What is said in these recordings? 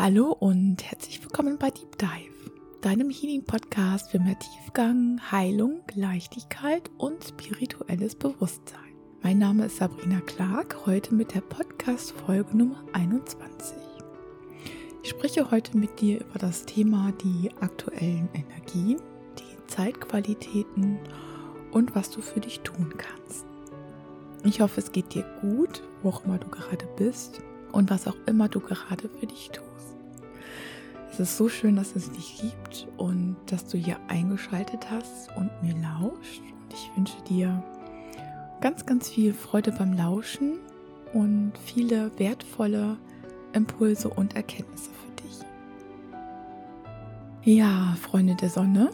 Hallo und herzlich willkommen bei Deep Dive, deinem Healing-Podcast für mehr Tiefgang, Heilung, Leichtigkeit und spirituelles Bewusstsein. Mein Name ist Sabrina Clark, heute mit der Podcast-Folge Nummer 21. Ich spreche heute mit dir über das Thema die aktuellen Energien, die Zeitqualitäten und was du für dich tun kannst. Ich hoffe, es geht dir gut, wo auch immer du gerade bist und was auch immer du gerade für dich tust. Es ist so schön, dass es dich gibt und dass du hier eingeschaltet hast und mir lauscht. Und ich wünsche dir ganz, ganz viel Freude beim Lauschen und viele wertvolle Impulse und Erkenntnisse für dich. Ja, Freunde der Sonne,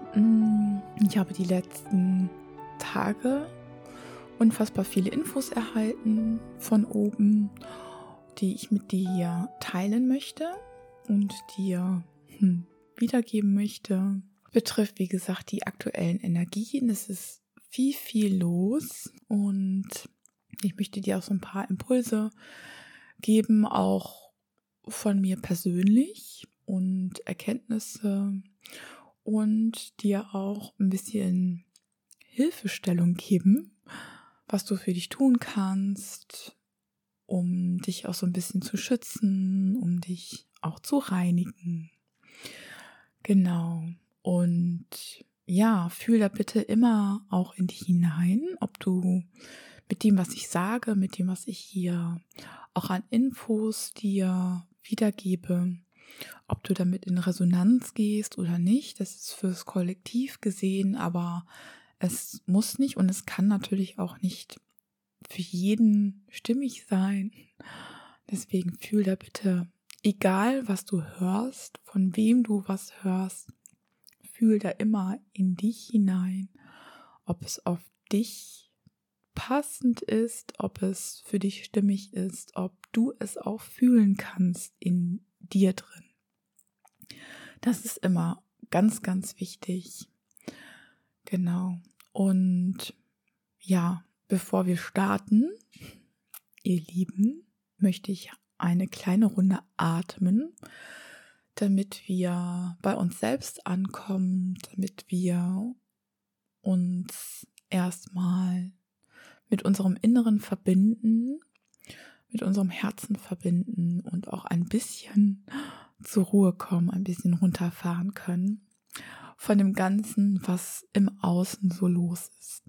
ich habe die letzten Tage unfassbar viele Infos erhalten von oben, die ich mit dir hier teilen möchte und dir wiedergeben möchte. Betrifft, wie gesagt, die aktuellen Energien. Es ist viel los und ich möchte dir auch so ein paar Impulse geben, auch von mir persönlich und Erkenntnisse und dir auch ein bisschen Hilfestellung geben, was du für dich tun kannst, um dich auch so ein bisschen zu schützen, um dich auch zu reinigen. Genau. Und ja, fühl da bitte immer auch in dich hinein, ob du mit dem, was ich sage, mit dem, was ich hier auch an Infos dir wiedergebe, ob du damit in Resonanz gehst oder nicht. Das ist fürs Kollektiv gesehen, aber es muss nicht und es kann natürlich auch nicht für jeden stimmig sein. Deswegen fühl da bitte, egal was du hörst, von wem du was hörst, fühl da immer in dich hinein, ob es auf dich passend ist, ob es für dich stimmig ist, ob du es auch fühlen kannst in dir drin. Das ist immer ganz, ganz wichtig. Genau. Und ja, bevor wir starten, ihr Lieben, möchte ich eine kleine Runde atmen, damit wir bei uns selbst ankommen, damit wir uns erstmal mit unserem Inneren verbinden, mit unserem Herzen verbinden und auch ein bisschen zur Ruhe kommen, ein bisschen runterfahren können von dem Ganzen, was im Außen so los ist.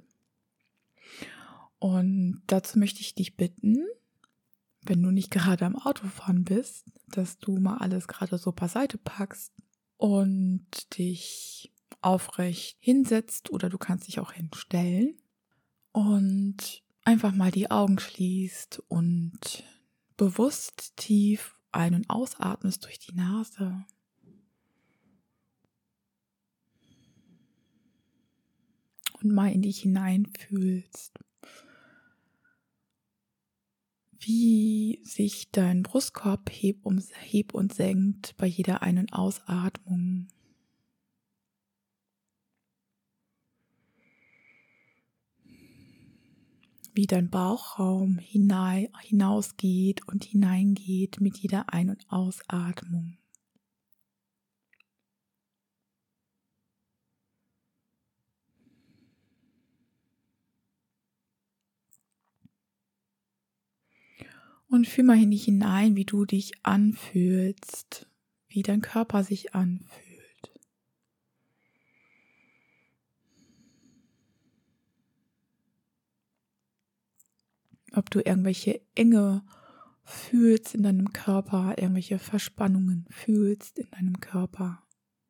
Und dazu möchte ich dich bitten, wenn du nicht gerade am Autofahren bist, dass du mal alles gerade so beiseite packst und dich aufrecht hinsetzt oder du kannst dich auch hinstellen und einfach mal die Augen schließt und bewusst tief ein- und ausatmest durch die Nase. Und mal in dich hineinfühlst, wie sich dein Brustkorb hebt und senkt bei jeder Ein- und Ausatmung. Wie dein Bauchraum hinausgeht und hineingeht mit jeder Ein- und Ausatmung. Und fühl mal in dich hinein, wie du dich anfühlst, wie dein Körper sich anfühlt. Ob du irgendwelche Enge fühlst in deinem Körper, irgendwelche Verspannungen fühlst in deinem Körper.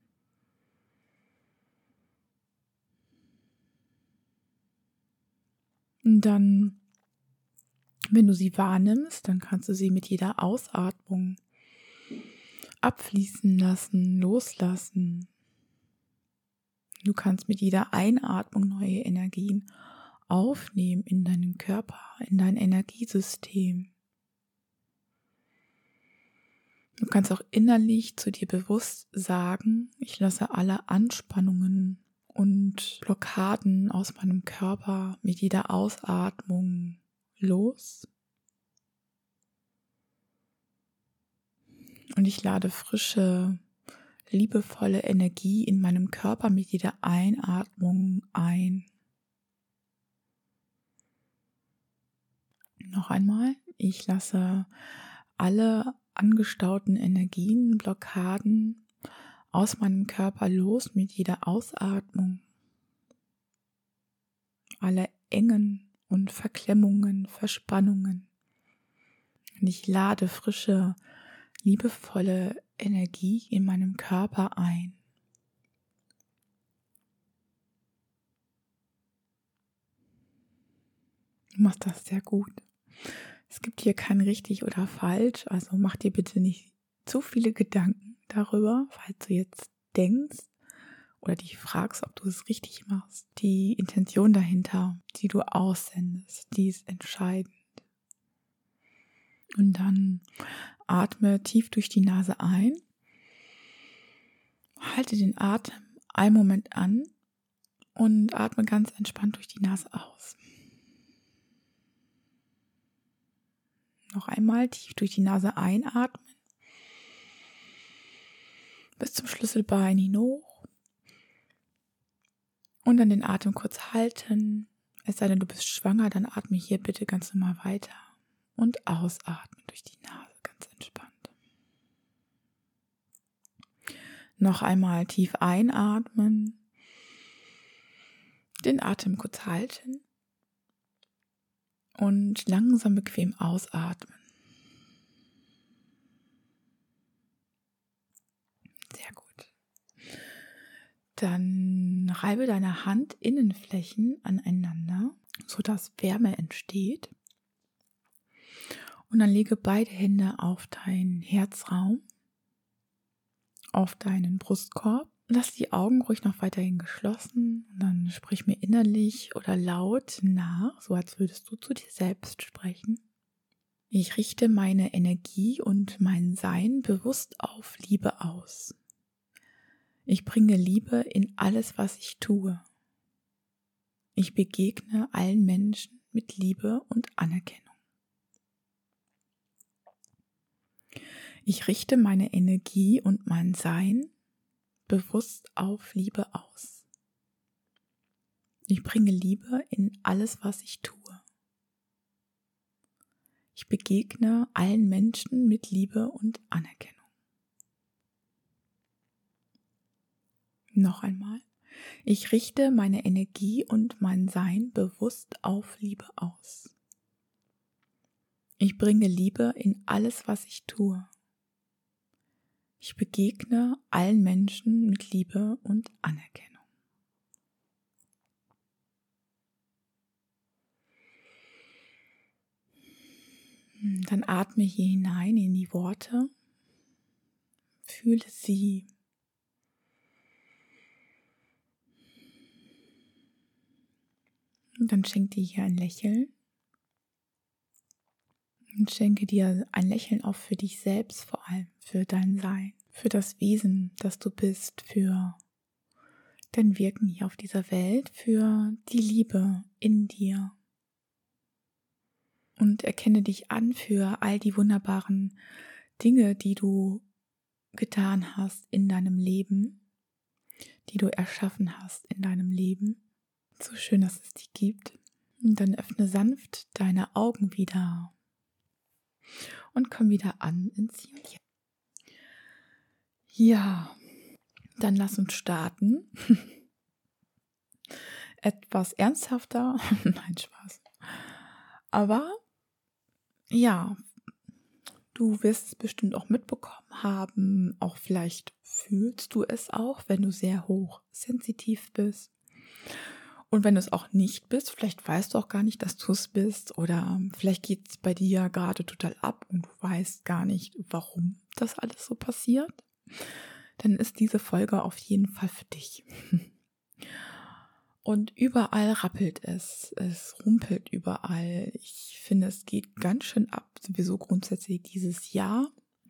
Und dann, wenn du sie wahrnimmst, dann kannst du sie mit jeder Ausatmung abfließen lassen, loslassen. Du kannst mit jeder Einatmung neue Energien aufnehmen in deinen Körper, in dein Energiesystem. Du kannst auch innerlich zu dir bewusst sagen, ich lasse alle Anspannungen und Blockaden aus meinem Körper mit jeder Ausatmung los. Und ich lade frische, liebevolle Energie in meinem Körper mit jeder Einatmung ein. Noch einmal, ich lasse alle angestauten Energien, Blockaden aus meinem Körper los mit jeder Ausatmung. Alle Engen und Verklemmungen, Verspannungen. Und ich lade frische, liebevolle Energie in meinem Körper ein. Du machst das sehr gut. Es gibt hier kein richtig oder falsch, also mach dir bitte nicht zu viele Gedanken darüber, falls du jetzt denkst oder dich fragst, ob du es richtig machst. Die Intention dahinter, die du aussendest, die ist entscheidend. Und dann atme tief durch die Nase ein, halte den Atem einen Moment an und atme ganz entspannt durch die Nase aus. Noch einmal tief durch die Nase einatmen, bis zum Schlüsselbein hinauf und dann den Atem kurz halten. Es sei denn, du bist schwanger, dann atme hier bitte ganz normal weiter und ausatmen durch die Nase, ganz entspannt. Noch einmal tief einatmen, den Atem kurz halten und langsam bequem ausatmen. Sehr gut. Dann reibe deine Handinnenflächen aneinander, sodass Wärme entsteht. Und dann lege beide Hände auf deinen Herzraum, auf deinen Brustkorb. Lass die Augen ruhig noch weiterhin geschlossen und dann sprich mir innerlich oder laut nach, so als würdest du zu dir selbst sprechen. Ich richte meine Energie und mein Sein bewusst auf Liebe aus. Ich bringe Liebe in alles, was ich tue. Ich begegne allen Menschen mit Liebe und Anerkennung. Ich richte meine Energie und mein Sein bewusst auf Liebe aus. Ich bringe Liebe in alles, was ich tue. Ich begegne allen Menschen mit Liebe und Anerkennung. Noch einmal. Ich richte meine Energie und mein Sein bewusst auf Liebe aus. Ich bringe Liebe in alles, was ich tue. Ich begegne allen Menschen mit Liebe und Anerkennung. Dann atme hier hinein in die Worte. Fühle sie. Und dann schenk dir hier ein Lächeln. Und schenke dir ein Lächeln auch für dich selbst, vor allem für dein Sein, für das Wesen, das du bist, für dein Wirken hier auf dieser Welt, für die Liebe in dir. Und erkenne dich an für all die wunderbaren Dinge, die du getan hast in deinem Leben, die du erschaffen hast in deinem Leben. So schön, dass es die gibt. Und dann öffne sanft deine Augen wieder. Und komm wieder an ins Hier und Jetzt. Ja, dann lass uns starten. Etwas ernsthafter. Nein, Spaß. Aber ja, du wirst es bestimmt auch mitbekommen haben. Auch vielleicht fühlst du es auch, wenn du sehr hochsensitiv bist. Und wenn du es auch nicht bist, vielleicht weißt du auch gar nicht, dass du es bist, oder vielleicht geht es bei dir gerade total ab und du weißt gar nicht, warum das alles so passiert, dann ist diese Folge auf jeden Fall für dich. Und überall rappelt es rumpelt überall. Ich finde, es geht ganz schön ab, sowieso grundsätzlich dieses Jahr.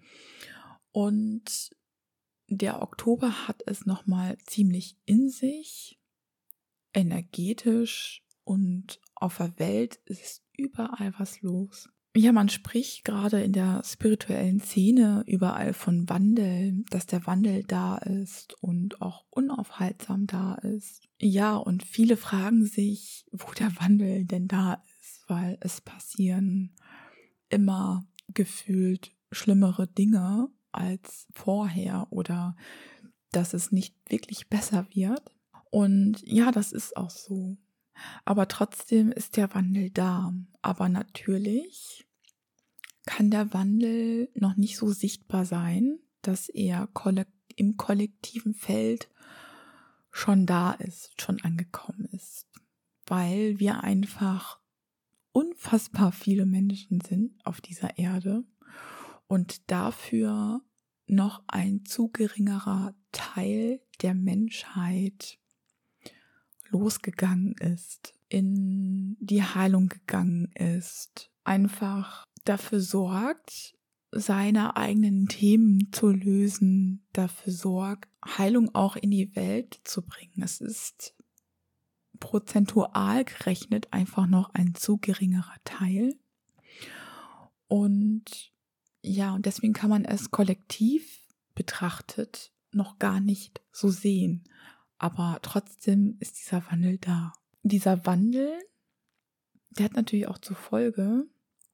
Und der Oktober hat es nochmal ziemlich in sich. Energetisch und auf der Welt ist überall was los. Ja, man spricht gerade in der spirituellen Szene überall von Wandel, dass der Wandel da ist und auch unaufhaltsam da ist. Ja, und viele fragen sich, wo der Wandel denn da ist, weil es passieren immer gefühlt schlimmere Dinge als vorher oder dass es nicht wirklich besser wird. Und ja, das ist auch so. Aber trotzdem ist der Wandel da. Aber natürlich kann der Wandel noch nicht so sichtbar sein, dass er im kollektiven Feld schon da ist, schon angekommen ist. Weil wir einfach unfassbar viele Menschen sind auf dieser Erde und dafür noch ein zu geringerer Teil der Menschheit losgegangen ist, in die Heilung gegangen ist, einfach dafür sorgt, seine eigenen Themen zu lösen, dafür sorgt, Heilung auch in die Welt zu bringen. Es ist prozentual gerechnet einfach noch ein zu geringerer Teil. Und ja, und deswegen kann man es kollektiv betrachtet noch gar nicht so sehen. Aber trotzdem ist dieser Wandel da. Dieser Wandel, der hat natürlich auch zur Folge,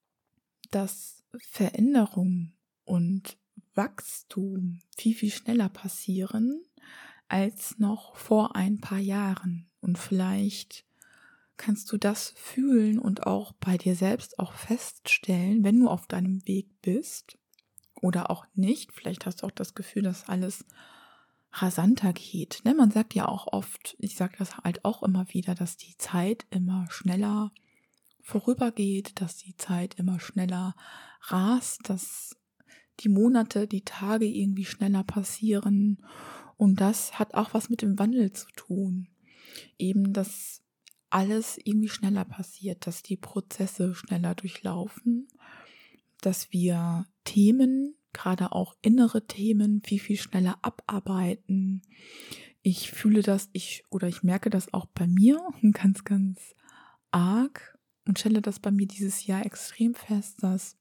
dass Veränderung und Wachstum viel, viel schneller passieren als noch vor ein paar Jahren. Und vielleicht kannst du das fühlen und auch bei dir selbst auch feststellen, wenn du auf deinem Weg bist oder auch nicht. Vielleicht hast du auch das Gefühl, dass alles rasanter geht. Ne? Man sagt ja auch oft, ich sage das halt auch immer wieder, dass die Zeit immer schneller vorübergeht, dass die Zeit immer schneller rast, dass die Monate, die Tage irgendwie schneller passieren. Und das hat auch was mit dem Wandel zu tun. Eben, dass alles irgendwie schneller passiert, dass die Prozesse schneller durchlaufen, dass wir Themen, gerade auch innere Themen, viel, viel schneller abarbeiten. Ich fühle das, ich merke das auch bei mir ganz, ganz arg und stelle das bei mir dieses Jahr extrem fest, dass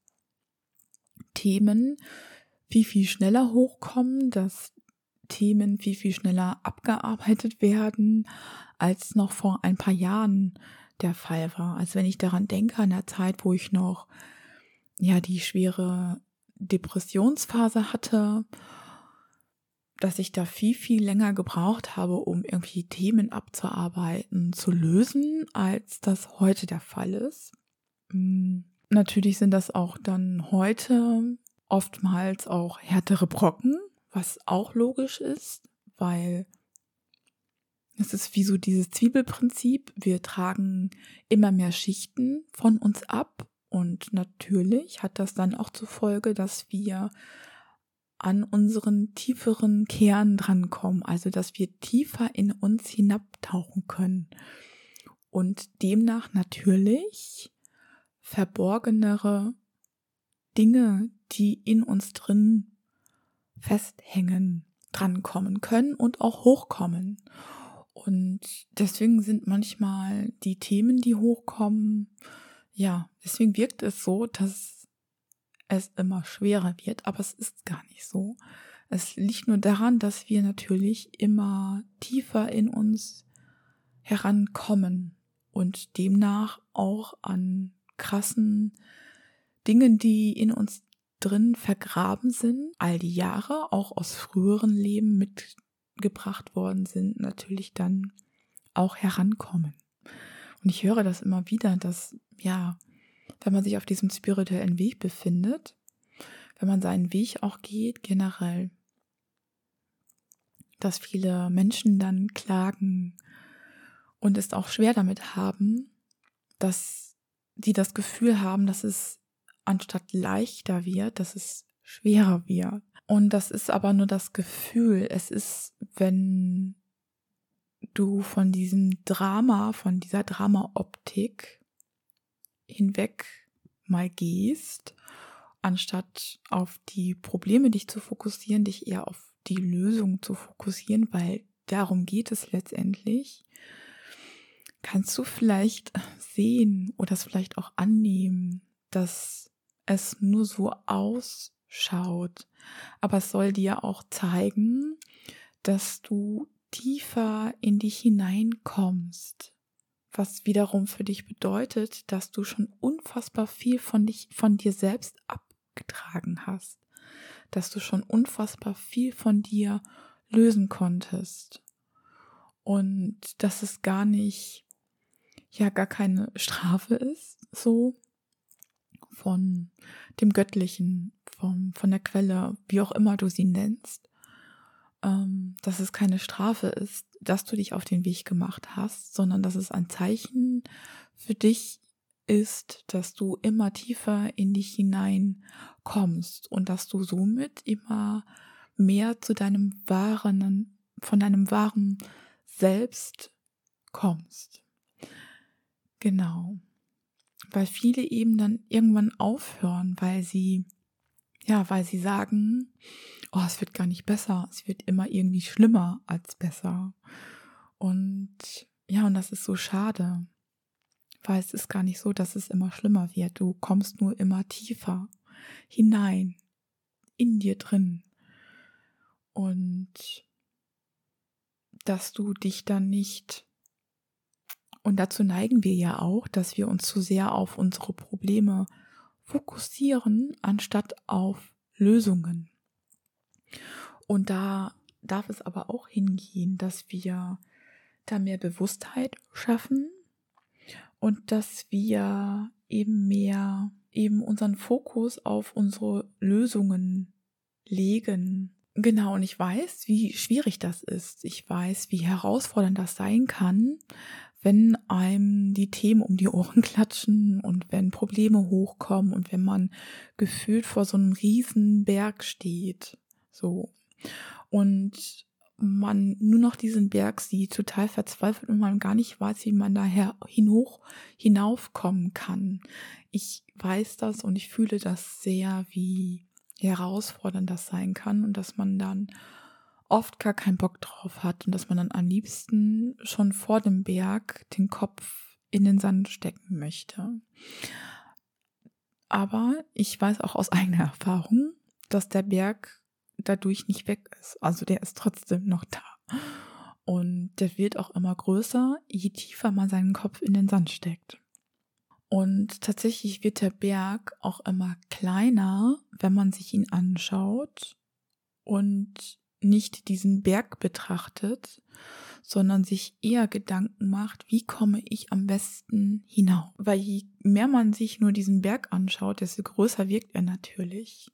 Themen viel, viel schneller hochkommen, dass Themen viel, viel schneller abgearbeitet werden, als noch vor ein paar Jahren der Fall war. Also wenn ich daran denke, an der Zeit, wo ich noch die schwere Depressionsphase hatte, dass ich da viel, viel länger gebraucht habe, um irgendwie Themen abzuarbeiten, zu lösen, als das heute der Fall ist. Natürlich sind das auch dann heute oftmals auch härtere Brocken, was auch logisch ist, weil es ist wie so dieses Zwiebelprinzip. Wir tragen immer mehr Schichten von uns ab und natürlich hat das dann auch zur Folge, dass wir an unseren tieferen Kern drankommen, also dass wir tiefer in uns hinabtauchen können und demnach natürlich verborgenere Dinge, die in uns drin festhängen, drankommen können und auch hochkommen. Und deswegen sind manchmal die Themen, die hochkommen, deswegen wirkt es so, dass es immer schwerer wird, aber es ist gar nicht so. Es liegt nur daran, dass wir natürlich immer tiefer in uns herankommen und demnach auch an krassen Dingen, die in uns drin vergraben sind, all die Jahre auch aus früheren Leben mitgebracht worden sind, natürlich dann auch herankommen. Und ich höre das immer wieder, dass, wenn man sich auf diesem spirituellen Weg befindet, wenn man seinen Weg auch geht, generell, dass viele Menschen dann klagen und es auch schwer damit haben, dass die das Gefühl haben, dass es anstatt leichter wird, dass es schwerer wird. Und das ist aber nur das Gefühl. Es ist, wenn du von diesem Drama, von dieser Drama-Optik hinweg mal gehst, anstatt auf die Probleme dich zu fokussieren, dich eher auf die Lösung zu fokussieren, weil darum geht es letztendlich, kannst du vielleicht sehen oder es vielleicht auch annehmen, dass es nur so ausschaut. Aber es soll dir auch zeigen, dass du tiefer in dich hineinkommst. Was wiederum für dich bedeutet, dass du schon unfassbar viel von dir selbst abgetragen hast. Dass du schon unfassbar viel von dir lösen konntest. Und dass es gar keine Strafe ist, so von dem Göttlichen, von der Quelle, wie auch immer du sie nennst, dass es keine Strafe ist, dass du dich auf den Weg gemacht hast, sondern dass es ein Zeichen für dich ist, dass du immer tiefer in dich hineinkommst und dass du somit immer mehr von deinem wahren Selbst kommst. Genau. Weil viele eben dann irgendwann aufhören, weil sie sagen, oh, es wird gar nicht besser, es wird immer irgendwie schlimmer als besser. Und das ist so schade, weil es ist gar nicht so, dass es immer schlimmer wird. Du kommst nur immer tiefer hinein, in dir drin. Und dass du dich dann nicht, und dazu neigen wir ja auch, dass wir uns zu sehr auf unsere Probleme fokussieren, anstatt auf Lösungen. Und da darf es aber auch hingehen, dass wir da mehr Bewusstheit schaffen und dass wir eben unseren Fokus auf unsere Lösungen legen. Genau, und ich weiß, wie schwierig das ist. Ich weiß, wie herausfordernd das sein kann, wenn einem die Themen um die Ohren klatschen und wenn Probleme hochkommen und wenn man gefühlt vor so einem riesen Berg steht. So. Und man nur noch diesen Berg sieht, total verzweifelt und man gar nicht weiß, wie man daher hinaufkommen kann. Ich weiß das und ich fühle das sehr, wie herausfordernd das sein kann und dass man dann oft gar keinen Bock drauf hat und dass man dann am liebsten schon vor dem Berg den Kopf in den Sand stecken möchte. Aber ich weiß auch aus eigener Erfahrung, dass der Berg dadurch nicht weg ist. Also der ist trotzdem noch da. Und der wird auch immer größer, je tiefer man seinen Kopf in den Sand steckt. Und tatsächlich wird der Berg auch immer kleiner, wenn man sich ihn anschaut und nicht diesen Berg betrachtet, sondern sich eher Gedanken macht, wie komme ich am besten hinauf? Weil je mehr man sich nur diesen Berg anschaut, desto größer wirkt er natürlich.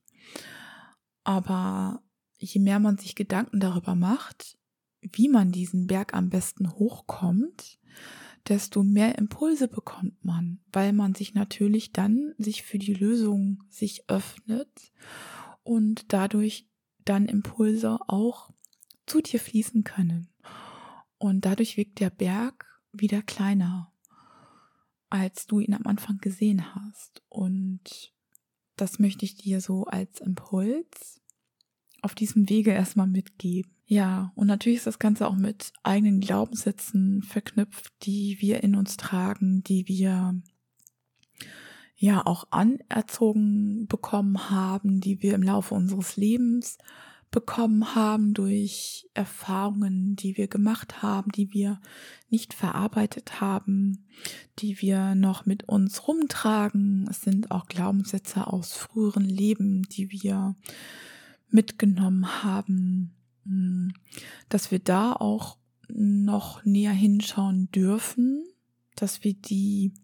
Aber je mehr man sich Gedanken darüber macht, wie man diesen Berg am besten hochkommt, desto mehr Impulse bekommt man, weil man sich natürlich dann für die Lösung sich öffnet und dadurch dann Impulse auch zu dir fließen können. Und dadurch wirkt der Berg wieder kleiner, als du ihn am Anfang gesehen hast. Und das möchte ich dir so als Impuls auf diesem Wege erstmal mitgeben. Ja, und natürlich ist das Ganze auch mit eigenen Glaubenssätzen verknüpft, die wir in uns tragen, die wir ja auch anerzogen bekommen haben, die wir im Laufe unseres Lebens bekommen haben durch Erfahrungen, die wir gemacht haben, die wir nicht verarbeitet haben, die wir noch mit uns rumtragen. Es sind auch Glaubenssätze aus früheren Leben, die wir mitgenommen haben, dass wir da auch noch näher hinschauen dürfen, dass wir die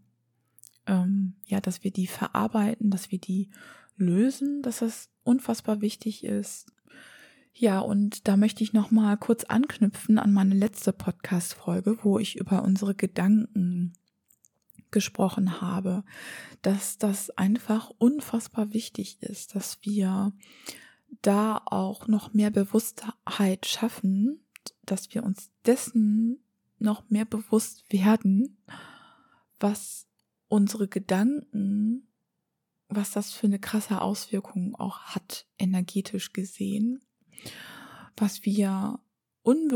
verarbeiten, dass wir die lösen, dass das unfassbar wichtig ist. Ja, und da möchte ich noch mal kurz anknüpfen an meine letzte Podcast-Folge, wo ich über unsere Gedanken gesprochen habe, dass das einfach unfassbar wichtig ist, dass wir da auch noch mehr Bewusstheit schaffen, dass wir uns dessen noch mehr bewusst werden, was unsere Gedanken, was das für eine krasse Auswirkung auch hat, energetisch gesehen, was wir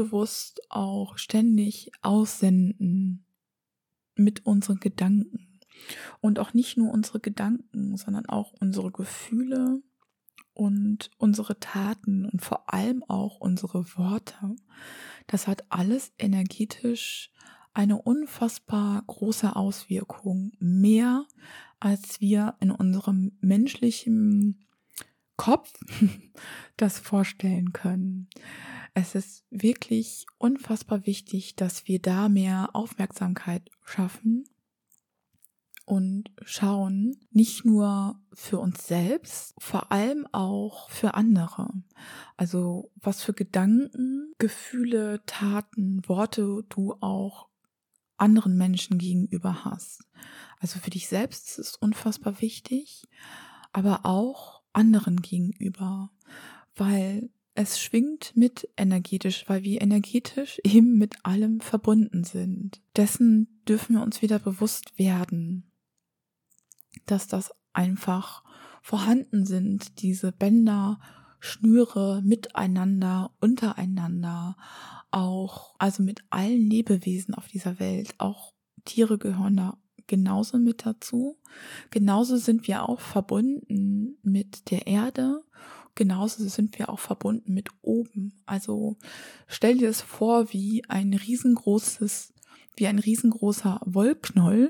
unbewusst auch ständig aussenden mit unseren Gedanken. Und auch nicht nur unsere Gedanken, sondern auch unsere Gefühle und unsere Taten und vor allem auch unsere Worte. Das hat alles energetisch eine unfassbar große Auswirkung. Mehr als wir in unserem menschlichen Kopf das vorstellen können. Es ist wirklich unfassbar wichtig, dass wir da mehr Aufmerksamkeit schaffen und schauen, nicht nur für uns selbst, vor allem auch für andere. Also was für Gedanken, Gefühle, Taten, Worte du auch anderen Menschen gegenüber hast. Also für dich selbst ist es unfassbar wichtig, aber auch anderen gegenüber, weil es schwingt mit energetisch, weil wir energetisch eben mit allem verbunden sind. Dessen dürfen wir uns wieder bewusst werden, dass das einfach vorhanden sind, diese Bänder, Schnüre miteinander, untereinander, auch, also mit allen Lebewesen auf dieser Welt, auch Tiere gehören da genauso mit dazu. Genauso sind wir auch verbunden mit der Erde, genauso sind wir auch verbunden mit oben. Also stell dir das vor wie ein riesengroßer Wollknoll,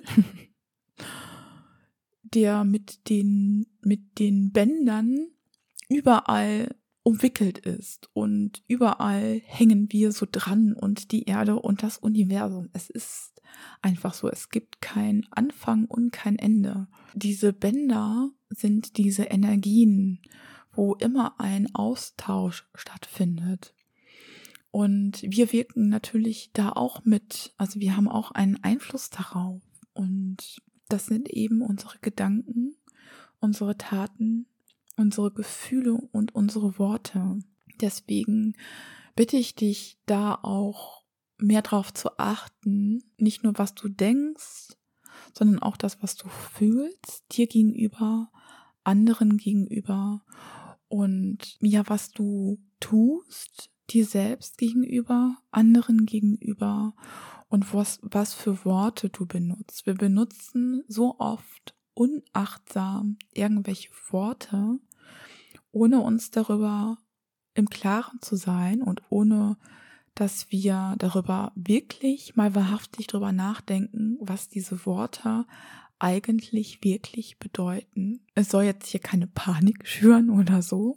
der mit den Bändern überall umwickelt ist und überall hängen wir so dran und die Erde und das Universum. Es ist einfach so, es gibt kein Anfang und kein Ende. Diese Bänder sind diese Energien, wo immer ein Austausch stattfindet. Und wir wirken natürlich da auch mit, also wir haben auch einen Einfluss darauf. Und das sind eben unsere Gedanken, unsere Taten, unsere Gefühle und unsere Worte. Deswegen bitte ich dich, da auch mehr drauf zu achten, nicht nur was du denkst, sondern auch das, was du fühlst, dir gegenüber, anderen gegenüber und ja, was du tust, dir selbst gegenüber, anderen gegenüber und was für Worte du benutzt. Wir benutzen so oft unachtsam irgendwelche Worte, ohne uns darüber im Klaren zu sein und ohne, dass wir darüber wirklich mal wahrhaftig drüber nachdenken, was diese Worte eigentlich wirklich bedeuten. Es soll jetzt hier keine Panik schüren oder so,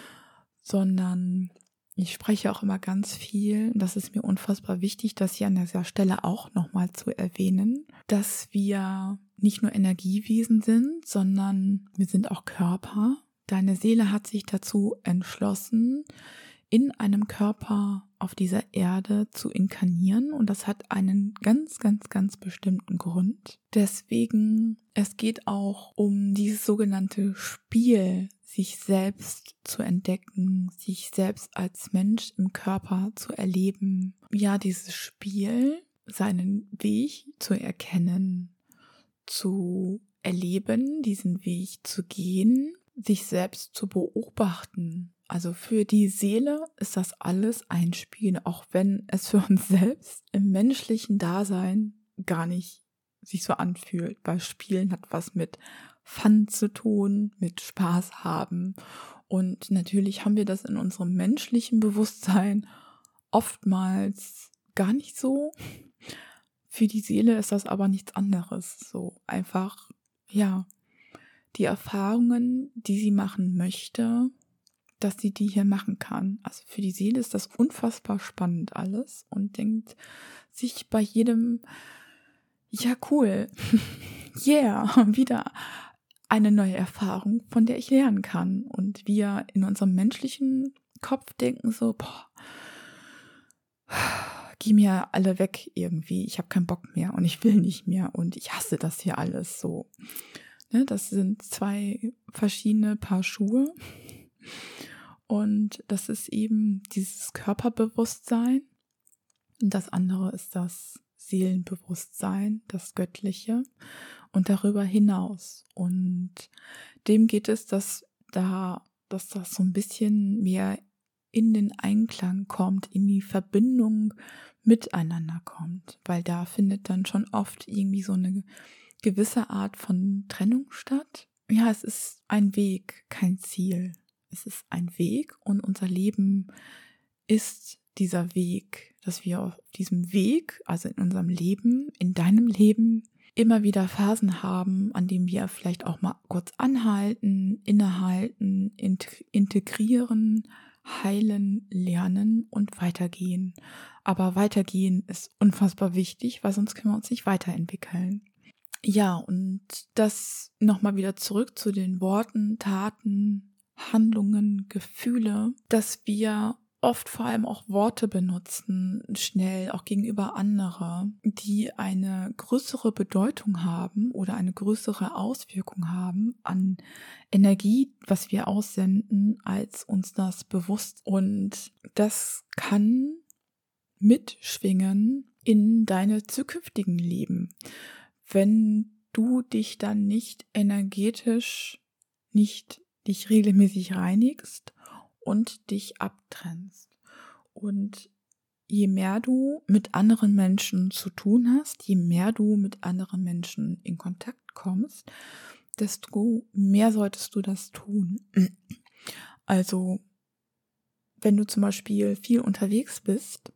sondern ich spreche auch immer ganz viel, das ist mir unfassbar wichtig, das hier an dieser Stelle auch nochmal zu erwähnen, dass wir nicht nur Energiewesen sind, sondern wir sind auch Körper. Deine Seele hat sich dazu entschlossen, in einem Körper auf dieser Erde zu inkarnieren und das hat einen ganz, ganz, ganz bestimmten Grund. Deswegen, es geht auch um dieses sogenannte Spiel, sich selbst zu entdecken, sich selbst als Mensch im Körper zu erleben. Ja, dieses Spiel, seinen Weg zu erkennen, zu erleben, diesen Weg zu gehen, sich selbst zu beobachten. Also für die Seele ist das alles ein Spiel, auch wenn es für uns selbst im menschlichen Dasein gar nicht sich so anfühlt, weil Spielen hat was mit Fun zu tun, mit Spaß haben. Und natürlich haben wir das in unserem menschlichen Bewusstsein oftmals gar nicht so. Für die Seele ist das aber nichts anderes. So einfach, ja, die Erfahrungen, die sie machen möchte, dass sie die hier machen kann. Also für die Seele ist das unfassbar spannend alles und denkt sich bei jedem, ja cool, yeah, wieder eine neue Erfahrung, von der ich lernen kann. Und wir in unserem menschlichen Kopf denken so, boah, geh mir alle weg irgendwie, ich habe keinen Bock mehr und ich will nicht mehr und ich hasse das hier alles so. Ne, das sind zwei verschiedene Paar Schuhe und das ist eben dieses Körperbewusstsein und das andere ist das Seelenbewusstsein, das Göttliche und darüber hinaus. Und dem geht es, dass das so ein bisschen mehr in den Einklang kommt, in die Verbindung miteinander kommt, weil da findet dann schon oft irgendwie so eine gewisse Art von Trennung statt. Ja, es ist ein Weg, kein Ziel. Es ist ein Weg und unser Leben ist dieser Weg, dass wir auf diesem Weg, also in unserem Leben, in deinem Leben, immer wieder Phasen haben, an denen wir vielleicht auch mal kurz anhalten, innehalten, integrieren, heilen, lernen und weitergehen. Aber weitergehen ist unfassbar wichtig, weil sonst können wir uns nicht weiterentwickeln. Ja, und das nochmal wieder zurück zu den Worten, Taten, Handlungen, Gefühle, dass wir oft vor allem auch Worte benutzen, schnell, auch gegenüber anderen, die eine größere Bedeutung haben oder eine größere Auswirkung haben an Energie, was wir aussenden, als uns das bewusst. Und das kann mitschwingen in deine zukünftigen Leben, wenn du dich dann nicht energetisch, nicht dich regelmäßig reinigst und dich abtrennst. Und je mehr du mit anderen Menschen zu tun hast, je mehr du mit anderen Menschen in Kontakt kommst, desto mehr solltest du das tun. Also, wenn du zum Beispiel viel unterwegs bist,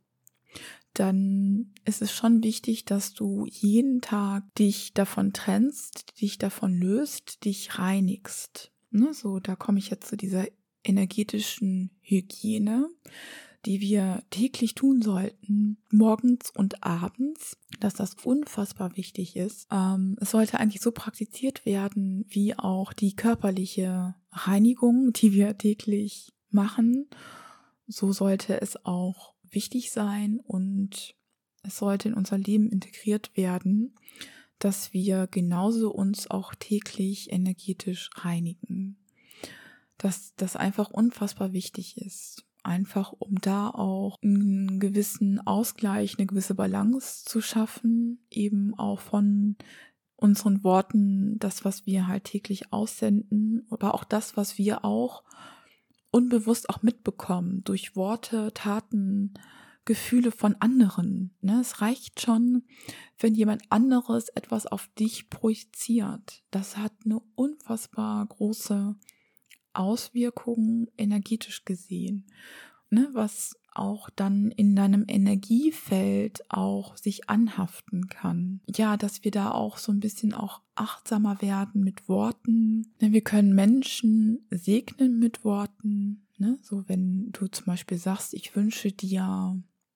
dann ist es schon wichtig, dass du jeden Tag dich davon trennst, dich davon löst, dich reinigst. Ne, so, da komme ich jetzt zu dieser energetischen Hygiene, die wir täglich tun sollten, morgens und abends, dass das unfassbar wichtig ist. Es sollte eigentlich so praktiziert werden, wie auch die körperliche Reinigung, die wir täglich machen. So sollte es auch wichtig sein und es sollte in unser Leben integriert werden, dass wir genauso uns auch täglich energetisch reinigen. Dass das einfach unfassbar wichtig ist. Einfach um da auch einen gewissen Ausgleich, eine gewisse Balance zu schaffen, eben auch von unseren Worten, das, was wir halt täglich aussenden, aber auch das, was wir auch unbewusst auch mitbekommen, durch Worte, Taten, Gefühle von anderen. Es reicht schon, wenn jemand anderes etwas auf dich projiziert. Das hat eine unfassbar große Auswirkungen energetisch gesehen, was auch dann in deinem Energiefeld auch sich anhaften kann. Ja, dass wir da auch so ein bisschen auch achtsamer werden mit Worten. Wir können Menschen segnen mit Worten. So, wenn du zum Beispiel sagst, ich wünsche dir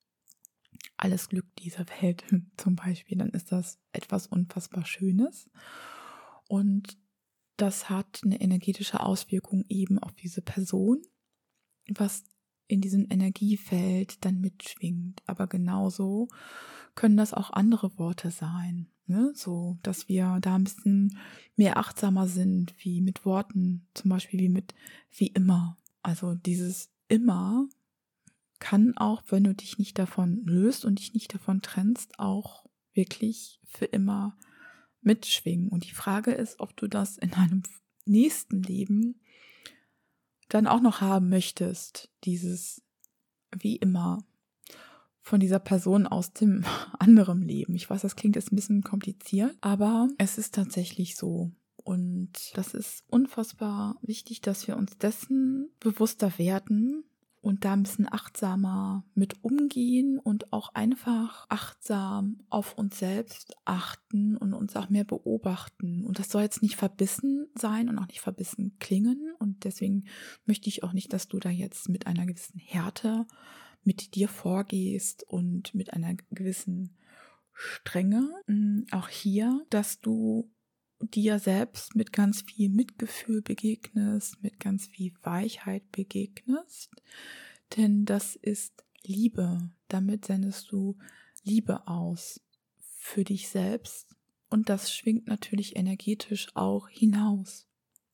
alles Glück dieser Welt zum Beispiel, dann ist das etwas unfassbar Schönes. Und das hat eine energetische Auswirkung eben auf diese Person, was in diesem Energiefeld dann mitschwingt. Aber genauso können das auch andere Worte sein, so, dass wir da ein bisschen mehr achtsamer sind, wie mit Worten, zum Beispiel wie immer. Also dieses immer kann auch, wenn du dich nicht davon löst und dich nicht davon trennst, auch wirklich für immer mitschwingen. Und die Frage ist, ob du das in einem nächsten Leben dann auch noch haben möchtest, dieses wie immer von dieser Person aus dem anderen Leben. Ich weiß, das klingt jetzt ein bisschen kompliziert, aber es ist tatsächlich so. Und das ist unfassbar wichtig, dass wir uns dessen bewusster werden und da ein bisschen achtsamer mit umgehen und auch einfach achtsam auf uns selbst achten und uns auch mehr beobachten. Und das soll jetzt nicht verbissen sein und auch nicht verbissen klingen. Und deswegen möchte ich auch nicht, dass du da jetzt mit einer gewissen Härte mit dir vorgehst und mit einer gewissen Strenge. Auch hier, dass du dir selbst mit ganz viel Mitgefühl begegnest, mit ganz viel Weichheit begegnest, denn das ist Liebe. Damit sendest du Liebe aus für dich selbst und das schwingt natürlich energetisch auch hinaus.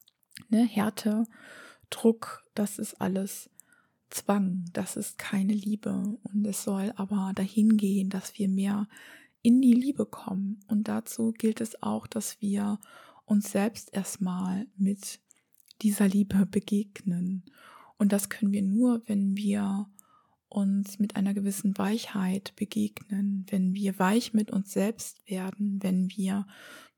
Härte, Druck, das ist alles Zwang, das ist keine Liebe und es soll aber dahin gehen, dass wir mehr in die Liebe kommen. Und dazu gilt es auch, dass wir uns selbst erstmal mit dieser Liebe begegnen. Und das können wir nur, wenn wir uns mit einer gewissen Weichheit begegnen, wenn wir weich mit uns selbst werden, wenn wir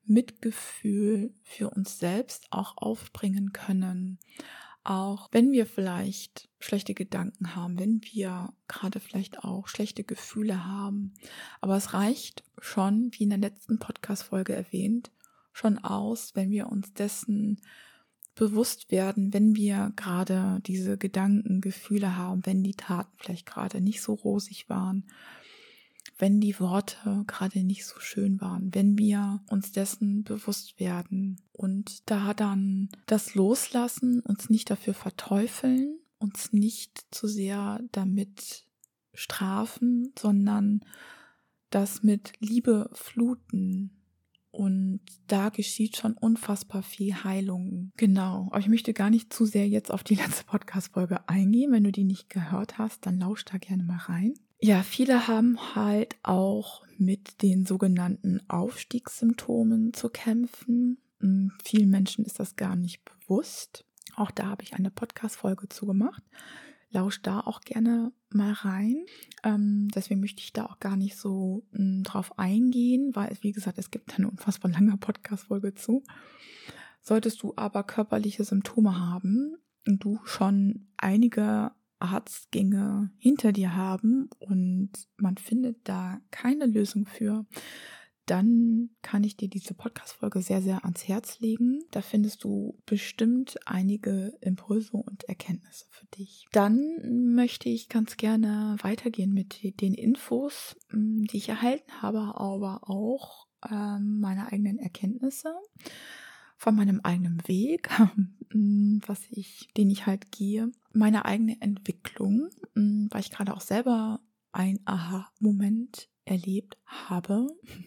Mitgefühl für uns selbst auch aufbringen können. Auch wenn wir vielleicht schlechte Gedanken haben, wenn wir gerade vielleicht auch schlechte Gefühle haben. Aber es reicht schon, wie in der letzten Podcast-Folge erwähnt, schon aus, wenn wir uns dessen bewusst werden, wenn wir gerade diese Gedanken, Gefühle haben, wenn die Taten vielleicht gerade nicht so rosig waren, wenn die Worte gerade nicht so schön waren, wenn wir uns dessen bewusst werden und da dann das Loslassen, uns nicht dafür verteufeln, uns nicht zu sehr damit strafen, sondern das mit Liebe fluten. Und da geschieht schon unfassbar viel Heilung. Genau, aber ich möchte gar nicht zu sehr jetzt auf die letzte Podcast-Folge eingehen. Wenn du die nicht gehört hast, dann lausch da gerne mal rein. Ja, viele haben halt auch mit den sogenannten Aufstiegssymptomen zu kämpfen. Vielen Menschen ist das gar nicht bewusst. Auch da habe ich eine Podcast-Folge zu gemacht. Lausch da auch gerne mal rein. Deswegen möchte ich da auch gar nicht so drauf eingehen, weil, wie gesagt, es gibt eine unfassbar lange Podcast-Folge zu. Solltest du aber körperliche Symptome haben und du schon einige Arztgänge hinter dir haben und man findet da keine Lösung für, dann kann ich dir diese Podcast-Folge sehr, sehr ans Herz legen. Da findest du bestimmt einige Impulse und Erkenntnisse für dich. Dann möchte ich ganz gerne weitergehen mit den Infos, die ich erhalten habe, aber auch meine eigenen Erkenntnisse von meinem eigenen Weg, den ich halt gehe, meine eigene Entwicklung, weil ich gerade auch selber ein Aha-Moment erlebt habe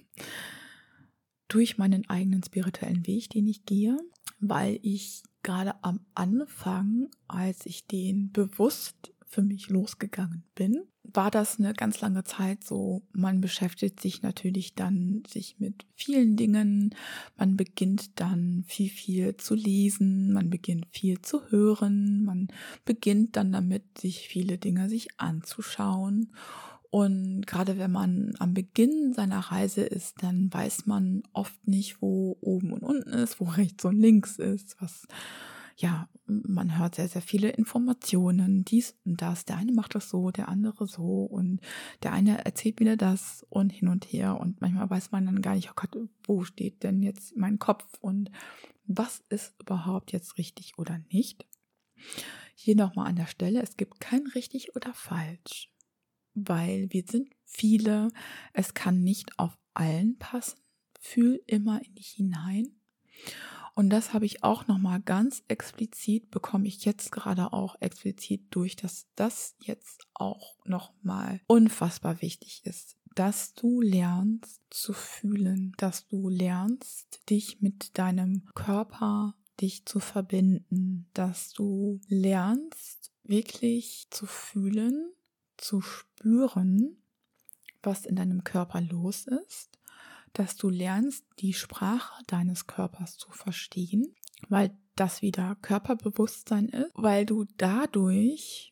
durch meinen eigenen spirituellen Weg, den ich gehe, weil ich gerade am Anfang, als ich den bewusst für mich losgegangen bin, war das eine ganz lange Zeit so, man beschäftigt sich natürlich dann sich mit vielen Dingen, man beginnt dann viel zu lesen, man beginnt viel zu hören, man beginnt dann damit, sich viele Dinge sich anzuschauen. Und gerade wenn man am Beginn seiner Reise ist, dann weiß man oft nicht, wo oben und unten ist, wo rechts und links ist, man hört sehr, sehr viele Informationen, dies und das. Der eine macht das so, der andere so und der eine erzählt wieder das und hin und her. Und manchmal weiß man dann gar nicht, oh Gott, wo steht denn jetzt mein Kopf und was ist überhaupt jetzt richtig oder nicht. Hier nochmal an der Stelle, es gibt kein richtig oder falsch, weil wir sind viele, es kann nicht auf allen passen. Fühl immer in dich hinein. Und das habe ich auch nochmal ganz explizit, bekomme ich jetzt gerade auch explizit durch, dass das jetzt auch nochmal unfassbar wichtig ist, dass du lernst zu fühlen, dass du lernst, dich mit deinem Körper, dich zu verbinden, dass du lernst, wirklich zu fühlen, zu spüren, was in deinem Körper los ist, dass du lernst, die Sprache deines Körpers zu verstehen, weil das wieder Körperbewusstsein ist, weil du dadurch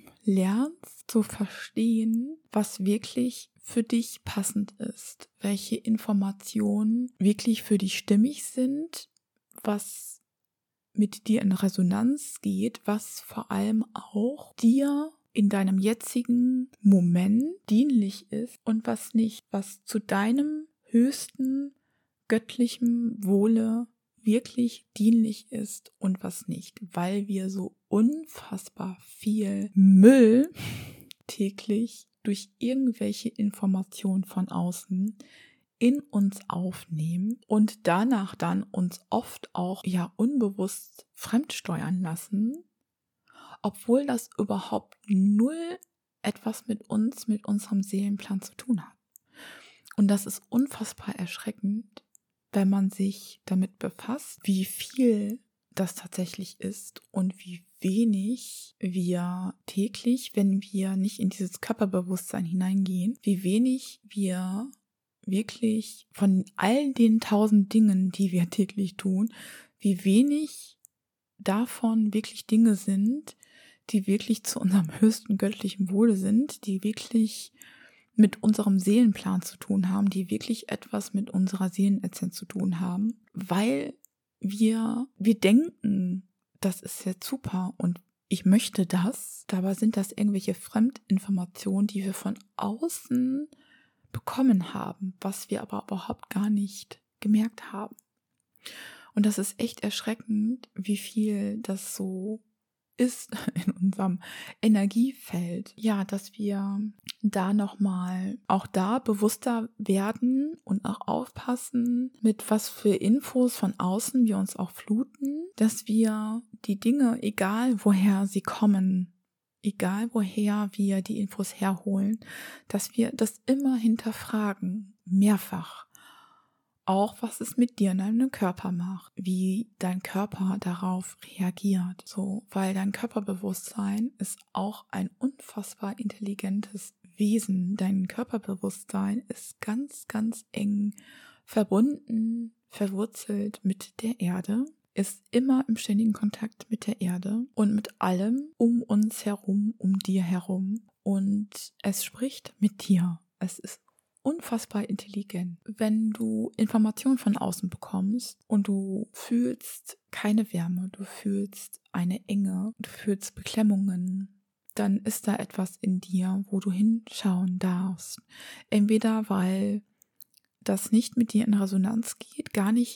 lernst zu verstehen, was wirklich für dich passend ist, welche Informationen wirklich für dich stimmig sind, was mit dir in Resonanz geht, was vor allem auch dir in deinem jetzigen Moment dienlich ist und was nicht, was zu deinem höchsten göttlichen Wohle wirklich dienlich ist und was nicht, weil wir so unfassbar viel Müll täglich durch irgendwelche Informationen von außen in uns aufnehmen und danach dann uns oft auch unbewusst fremdsteuern lassen, obwohl das überhaupt null etwas mit uns, mit unserem Seelenplan zu tun hat. Und das ist unfassbar erschreckend, wenn man sich damit befasst, wie viel das tatsächlich ist und wie wenig wir täglich, wenn wir nicht in dieses Körperbewusstsein hineingehen, wie wenig wir wirklich von all den 1000 Dingen, die wir täglich tun, wie wenig davon wirklich Dinge sind, die wirklich zu unserem höchsten göttlichen Wohle sind, die wirklich mit unserem Seelenplan zu tun haben, die wirklich etwas mit unserer Seelenessenz zu tun haben, weil wir denken, das ist jetzt super und ich möchte das. Dabei sind das irgendwelche Fremdinformationen, die wir von außen bekommen haben, was wir aber überhaupt gar nicht gemerkt haben. Und das ist echt erschreckend, wie viel das so ist in unserem Energiefeld. Ja, dass wir da nochmal auch da bewusster werden und auch aufpassen, mit was für Infos von außen wir uns auch fluten, dass wir die Dinge, egal woher sie kommen, egal woher wir die Infos herholen, dass wir das immer hinterfragen, mehrfach. Auch was es mit dir in deinem Körper macht, wie dein Körper darauf reagiert. So, weil dein Körperbewusstsein ist auch ein unfassbar intelligentes Wesen. Dein Körperbewusstsein ist ganz, ganz eng verbunden, verwurzelt mit der Erde, ist immer im ständigen Kontakt mit der Erde und mit allem um uns herum, um dir herum. Und es spricht mit dir. Es ist unfassbar intelligent. Wenn du Informationen von außen bekommst und du fühlst keine Wärme, du fühlst eine Enge, du fühlst Beklemmungen, dann ist da etwas in dir, wo du hinschauen darfst. Entweder weil das nicht mit dir in Resonanz geht,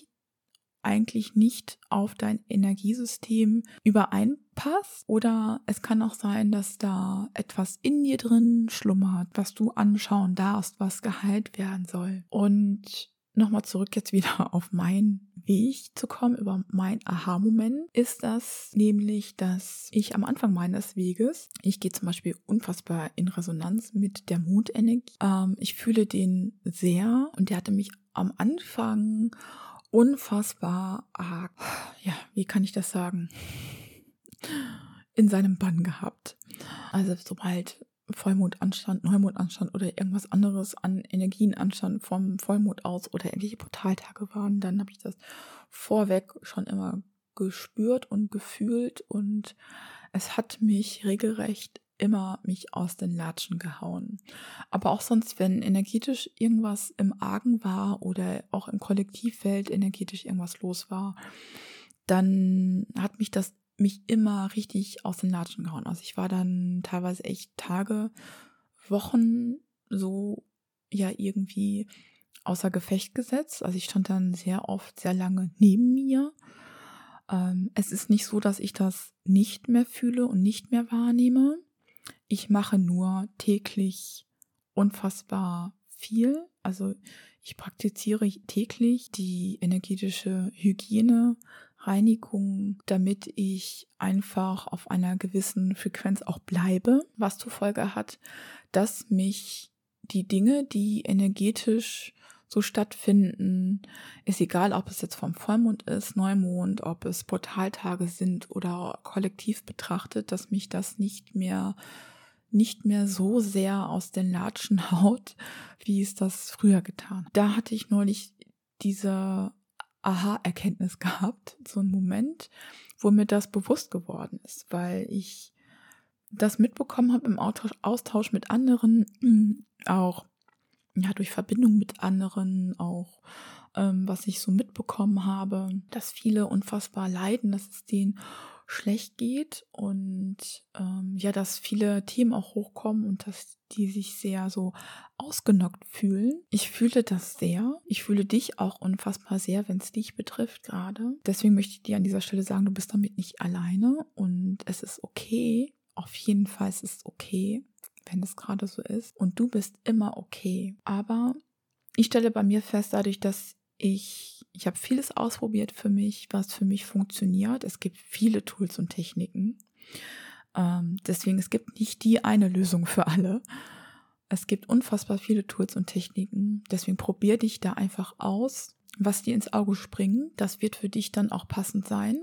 eigentlich nicht auf dein Energiesystem übereinpasst, oder es kann auch sein, dass da etwas in dir drin schlummert, was du anschauen darfst, was geheilt werden soll. Und nochmal zurück jetzt wieder auf meinen Weg zu kommen, über meinen Aha-Moment, ist das nämlich, dass ich am Anfang meines Weges, ich gehe zum Beispiel unfassbar in Resonanz mit der Mondenergie. Ich fühle den sehr und der hatte mich am Anfang unfassbar arg, ja, wie kann ich das sagen, in seinem Bann gehabt. Also sobald Vollmond anstand, Neumond anstand oder irgendwas anderes an Energien anstand vom Vollmond aus oder irgendwelche Portaltage waren, dann habe ich das vorweg schon immer gespürt und gefühlt und es hat mich regelrecht immer mich aus den Latschen gehauen. Aber auch sonst, wenn energetisch irgendwas im Argen war oder auch im Kollektivfeld energetisch irgendwas los war, dann hat mich immer richtig aus den Latschen gehauen. Also ich war dann teilweise echt Tage, Wochen so ja irgendwie außer Gefecht gesetzt. Also ich stand dann sehr oft sehr lange neben mir. Es ist nicht so, dass ich das nicht mehr fühle und nicht mehr wahrnehme. Ich mache nur täglich unfassbar viel. Also ich praktiziere täglich die energetische Hygiene, Reinigung, damit ich einfach auf einer gewissen Frequenz auch bleibe, was zur Folge hat, dass mich die Dinge, die energetisch so stattfinden, ist egal, ob es jetzt vom Vollmond ist, Neumond, ob es Portaltage sind oder kollektiv betrachtet, dass mich das nicht mehr so sehr aus den Latschen haut, wie es das früher getan hat. Da hatte ich neulich diese Aha-Erkenntnis gehabt, so einen Moment, wo mir das bewusst geworden ist, weil ich das mitbekommen habe im Austausch mit anderen, auch ja durch Verbindung mit anderen, auch was ich so mitbekommen habe, dass viele unfassbar leiden, dass es denen schlecht geht und ja, dass viele Themen auch hochkommen und dass die sich sehr so ausgenockt fühlen. Ich fühle das sehr. Ich fühle dich auch unfassbar sehr, wenn es dich betrifft gerade. Deswegen möchte ich dir an dieser Stelle sagen, du bist damit nicht alleine und es ist okay. Auf jeden Fall ist es okay, wenn es gerade so ist. Und du bist immer okay. Aber ich stelle bei mir fest, dadurch, dass ich habe vieles ausprobiert für mich, was für mich funktioniert. Es gibt viele Tools und Techniken. Deswegen, es gibt nicht die eine Lösung für alle. Es gibt unfassbar viele Tools und Techniken. Deswegen probier dich da einfach aus, was dir ins Auge springt. Das wird für dich dann auch passend sein.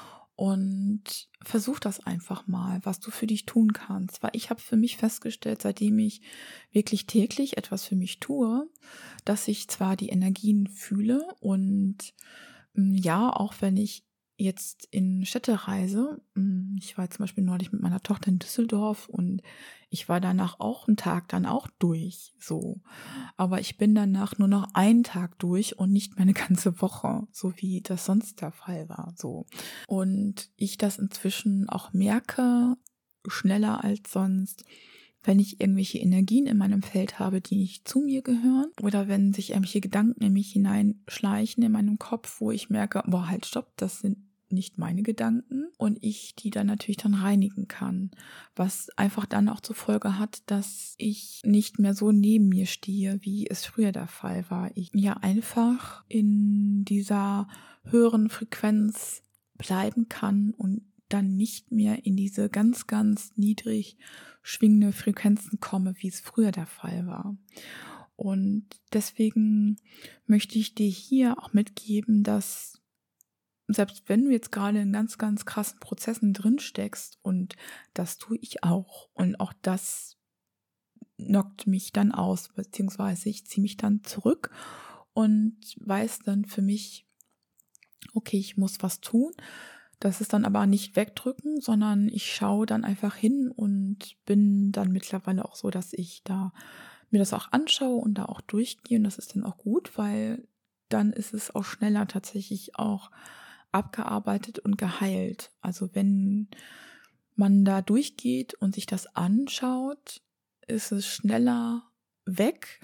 Und versuch das einfach mal, was du für dich tun kannst. Weil ich habe für mich festgestellt, seitdem ich wirklich täglich etwas für mich tue, dass ich zwar die Energien fühle und ja, auch wenn ich jetzt in Städtereise, ich war zum Beispiel neulich mit meiner Tochter in Düsseldorf und ich war danach auch einen Tag dann auch durch, so. Aber ich bin danach nur noch einen Tag durch und nicht mehr eine ganze Woche, so wie das sonst der Fall war, so. Und ich das inzwischen auch merke, schneller als sonst, wenn ich irgendwelche Energien in meinem Feld habe, die nicht zu mir gehören, oder wenn sich irgendwelche Gedanken in mich hineinschleichen in meinem Kopf, wo ich merke, boah, halt, stopp, das sind nicht meine Gedanken, und ich die dann natürlich dann reinigen kann, was einfach dann auch zur Folge hat, dass ich nicht mehr so neben mir stehe, wie es früher der Fall war. Ich ja einfach in dieser höheren Frequenz bleiben kann und dann nicht mehr in diese ganz, ganz niedrig schwingende Frequenzen komme, wie es früher der Fall war. Und deswegen möchte ich dir hier auch mitgeben, dass selbst wenn du jetzt gerade in ganz, ganz krassen Prozessen drin steckst, und das tue ich auch, und auch das knockt mich dann aus, beziehungsweise ich ziehe mich dann zurück und weiß dann für mich, okay, ich muss was tun. Das ist dann aber nicht wegdrücken, sondern ich schaue dann einfach hin und bin dann mittlerweile auch so, dass ich da mir das auch anschaue und da auch durchgehe, und das ist dann auch gut, weil dann ist es auch schneller tatsächlich auch abgearbeitet und geheilt. Also wenn man da durchgeht und sich das anschaut, ist es schneller weg,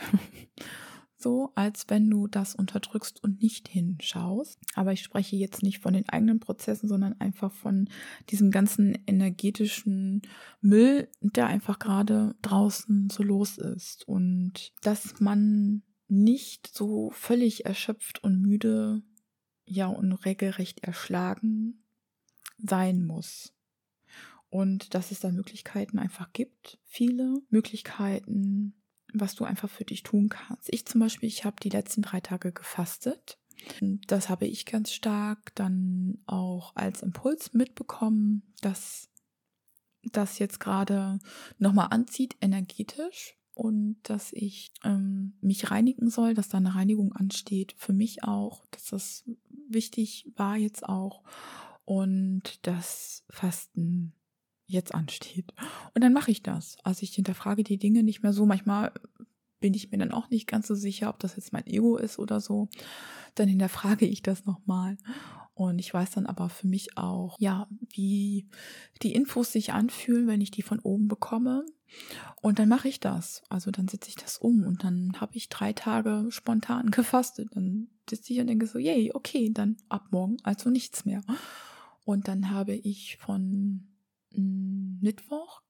so als wenn du das unterdrückst und nicht hinschaust. Aber ich spreche jetzt nicht von den eigenen Prozessen, sondern einfach von diesem ganzen energetischen Müll, der einfach gerade draußen so los ist. Und dass man nicht so völlig erschöpft und müde, ja, und regelrecht erschlagen sein muss. Und dass es da Möglichkeiten einfach gibt, viele Möglichkeiten, was du einfach für dich tun kannst. Ich zum Beispiel, ich habe die letzten 3 Tage gefastet. Das habe ich ganz stark dann auch als Impuls mitbekommen, dass das jetzt gerade nochmal anzieht, energetisch, und dass ich mich reinigen soll, dass da eine Reinigung ansteht, für mich auch, dass das wichtig war jetzt auch, und das Fasten jetzt ansteht. Und dann mache ich das. Also ich hinterfrage die Dinge nicht mehr so. Manchmal bin ich mir dann auch nicht ganz so sicher, ob das jetzt mein Ego ist oder so. Dann hinterfrage ich das nochmal. Und ich weiß dann aber für mich auch, ja, wie die Infos sich anfühlen, wenn ich die von oben bekomme. Und dann mache ich das. Also dann setze ich das um und dann habe ich 3 Tage spontan gefastet. Dann sitze ich und denke so, yay, okay, dann ab morgen also nichts mehr. Und dann habe ich von Mittwoch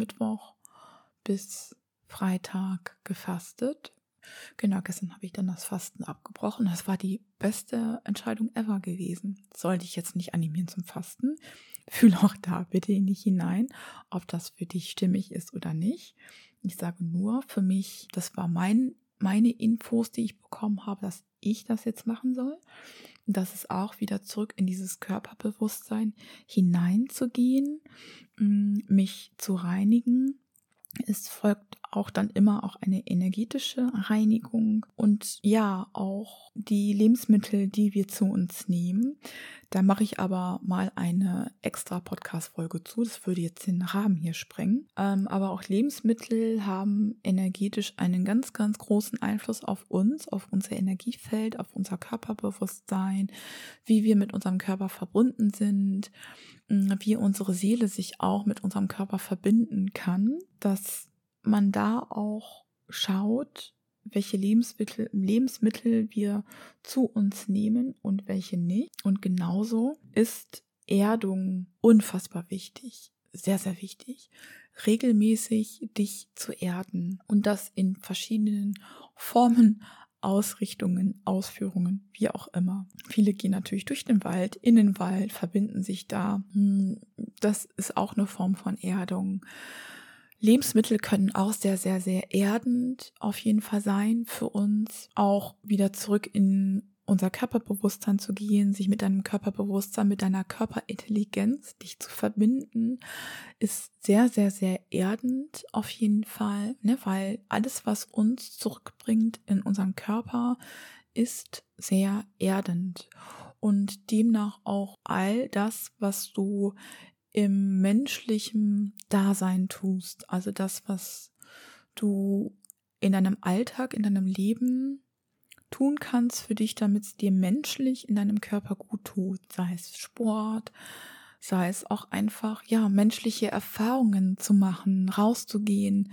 bis Freitag gefastet. Genau, gestern habe ich dann das Fasten abgebrochen. Das war die beste Entscheidung ever gewesen. Sollte ich jetzt nicht animieren zum Fasten. Fühl auch da bitte nicht hinein, ob das für dich stimmig ist oder nicht. Ich sage nur, für mich, das war meine Infos, die ich bekommen habe, dass ich das jetzt machen soll. Und das ist auch wieder zurück in dieses Körperbewusstsein hineinzugehen, mich zu reinigen. Es folgt auch dann immer auch eine energetische Reinigung und ja, auch die Lebensmittel, die wir zu uns nehmen. Da mache ich aber mal eine extra Podcast-Folge zu. Das würde jetzt den Rahmen hier sprengen. Aber auch Lebensmittel haben energetisch einen ganz, ganz großen Einfluss auf uns, auf unser Energiefeld, auf unser Körperbewusstsein, wie wir mit unserem Körper verbunden sind, wie unsere Seele sich auch mit unserem Körper verbinden kann, dass man da auch schaut, welche Lebensmittel wir zu uns nehmen und welche nicht. Und genauso ist Erdung unfassbar wichtig, sehr, sehr wichtig, regelmäßig dich zu erden, und das in verschiedenen Formen, Ausrichtungen, Ausführungen, wie auch immer. Viele gehen natürlich durch den Wald, in den Wald, verbinden sich da. Das ist auch eine Form von Erdung. Lebensmittel können auch sehr, sehr, sehr erdend auf jeden Fall sein für uns. Auch wieder zurück in unser Körperbewusstsein zu gehen, sich mit deinem Körperbewusstsein, mit deiner Körperintelligenz, dich zu verbinden, ist sehr, sehr, sehr erdend auf jeden Fall, ne? Weil alles, was uns zurückbringt in unseren Körper, ist sehr erdend. und demnach auch all das, was du im menschlichen Dasein tust. Also das, was du in deinem Alltag, in deinem Leben tun kannst für dich, damit es dir menschlich in deinem Körper gut tut. Sei es Sport, sei es auch einfach, menschliche Erfahrungen zu machen, rauszugehen,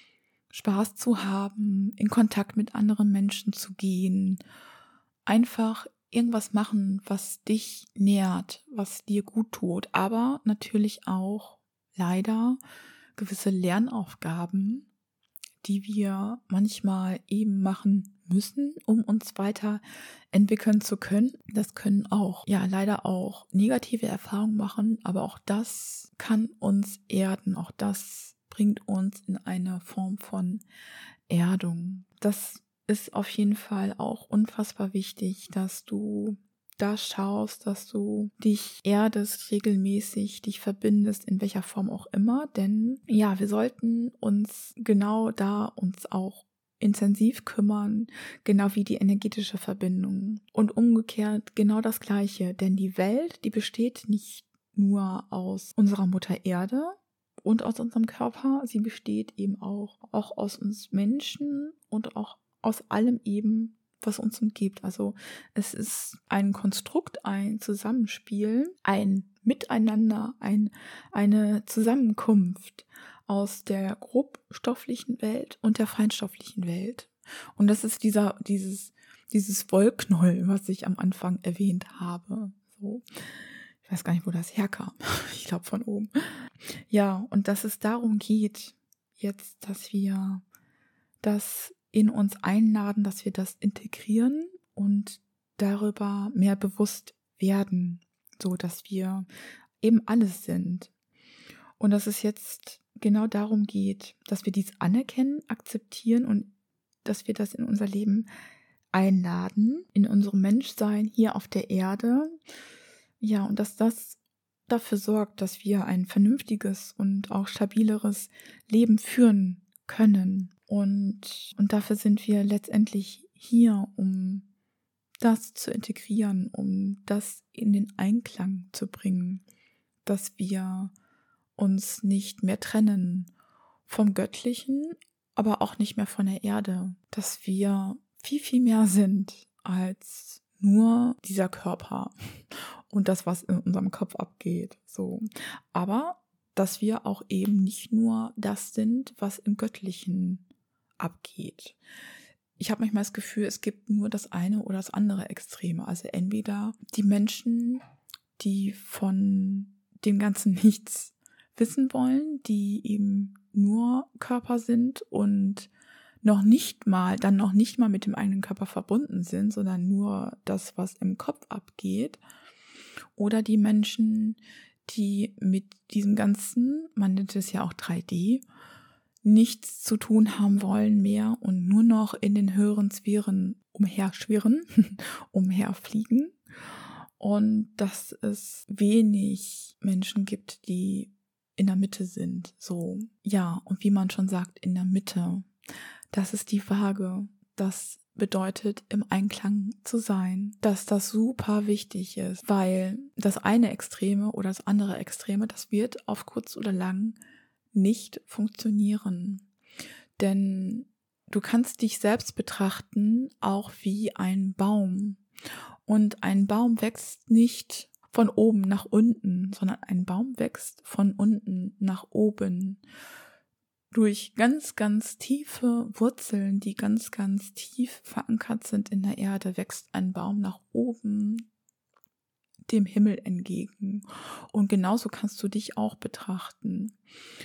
Spaß zu haben, in Kontakt mit anderen Menschen zu gehen, einfach irgendwas machen, was dich nährt, was dir gut tut, aber natürlich auch leider gewisse Lernaufgaben, die wir manchmal eben machen müssen, um uns weiterentwickeln zu können. Das können auch, leider auch negative Erfahrungen machen, aber auch das kann uns erden. Auch das bringt uns in eine Form von Erdung. Das ist auf jeden Fall auch unfassbar wichtig, dass du da schaust, dass du dich erdest, regelmäßig dich verbindest, in welcher Form auch immer. Denn wir sollten uns genau da uns auch intensiv kümmern, genau wie die energetische Verbindung. Und umgekehrt genau das Gleiche. Denn die Welt, die besteht nicht nur aus unserer Mutter Erde und aus unserem Körper, sie besteht eben auch aus uns Menschen und auch aus allem eben, was uns umgibt. Also es ist ein Konstrukt, ein Zusammenspiel, ein Miteinander, eine Zusammenkunft aus der grobstofflichen Welt und der feinstofflichen Welt. Und das ist dieses Wollknäuel, was ich am Anfang erwähnt habe. So. Ich weiß gar nicht, wo das herkam. Ich glaube von oben. Ja, und dass es darum geht, jetzt, dass wir das in uns einladen, dass wir das integrieren und darüber mehr bewusst werden, so dass wir eben alles sind. Und dass es jetzt genau darum geht, dass wir dies anerkennen, akzeptieren und dass wir das in unser Leben einladen, in unserem Menschsein hier auf der Erde. Ja, und dass das dafür sorgt, dass wir ein vernünftiges und auch stabileres Leben führen können. Und dafür sind wir letztendlich hier, um das zu integrieren, um das in den Einklang zu bringen, dass wir uns nicht mehr trennen vom Göttlichen, aber auch nicht mehr von der Erde, dass wir viel, viel mehr sind als nur dieser Körper und das, was in unserem Kopf abgeht. So. Aber dass wir auch eben nicht nur das sind, was im Göttlichen abgeht. Ich habe manchmal das Gefühl, es gibt nur das eine oder das andere Extreme. Also entweder die Menschen, die von dem Ganzen nichts wissen wollen, die eben nur Körper sind und noch nicht mal mit dem eigenen Körper verbunden sind, sondern nur das, was im Kopf abgeht. Oder die Menschen, die mit diesem Ganzen, man nennt es ja auch 3D, nichts zu tun haben wollen mehr und nur noch in den höheren Sphären umherschwirren, umherfliegen. Und dass es wenig Menschen gibt, die in der Mitte sind. So, ja, und wie man schon sagt, in der Mitte. Das ist die Waage. Das bedeutet, im Einklang zu sein. Dass das super wichtig ist, weil das eine Extreme oder das andere Extreme, das wird auf kurz oder lang nicht funktionieren. Denn du kannst dich selbst betrachten, auch wie ein Baum. Und ein Baum wächst nicht von oben nach unten, sondern ein Baum wächst von unten nach oben. Durch ganz, ganz tiefe Wurzeln, die ganz, ganz tief verankert sind in der Erde, wächst ein Baum nach oben dem Himmel entgegen. Und genauso kannst du dich auch betrachten.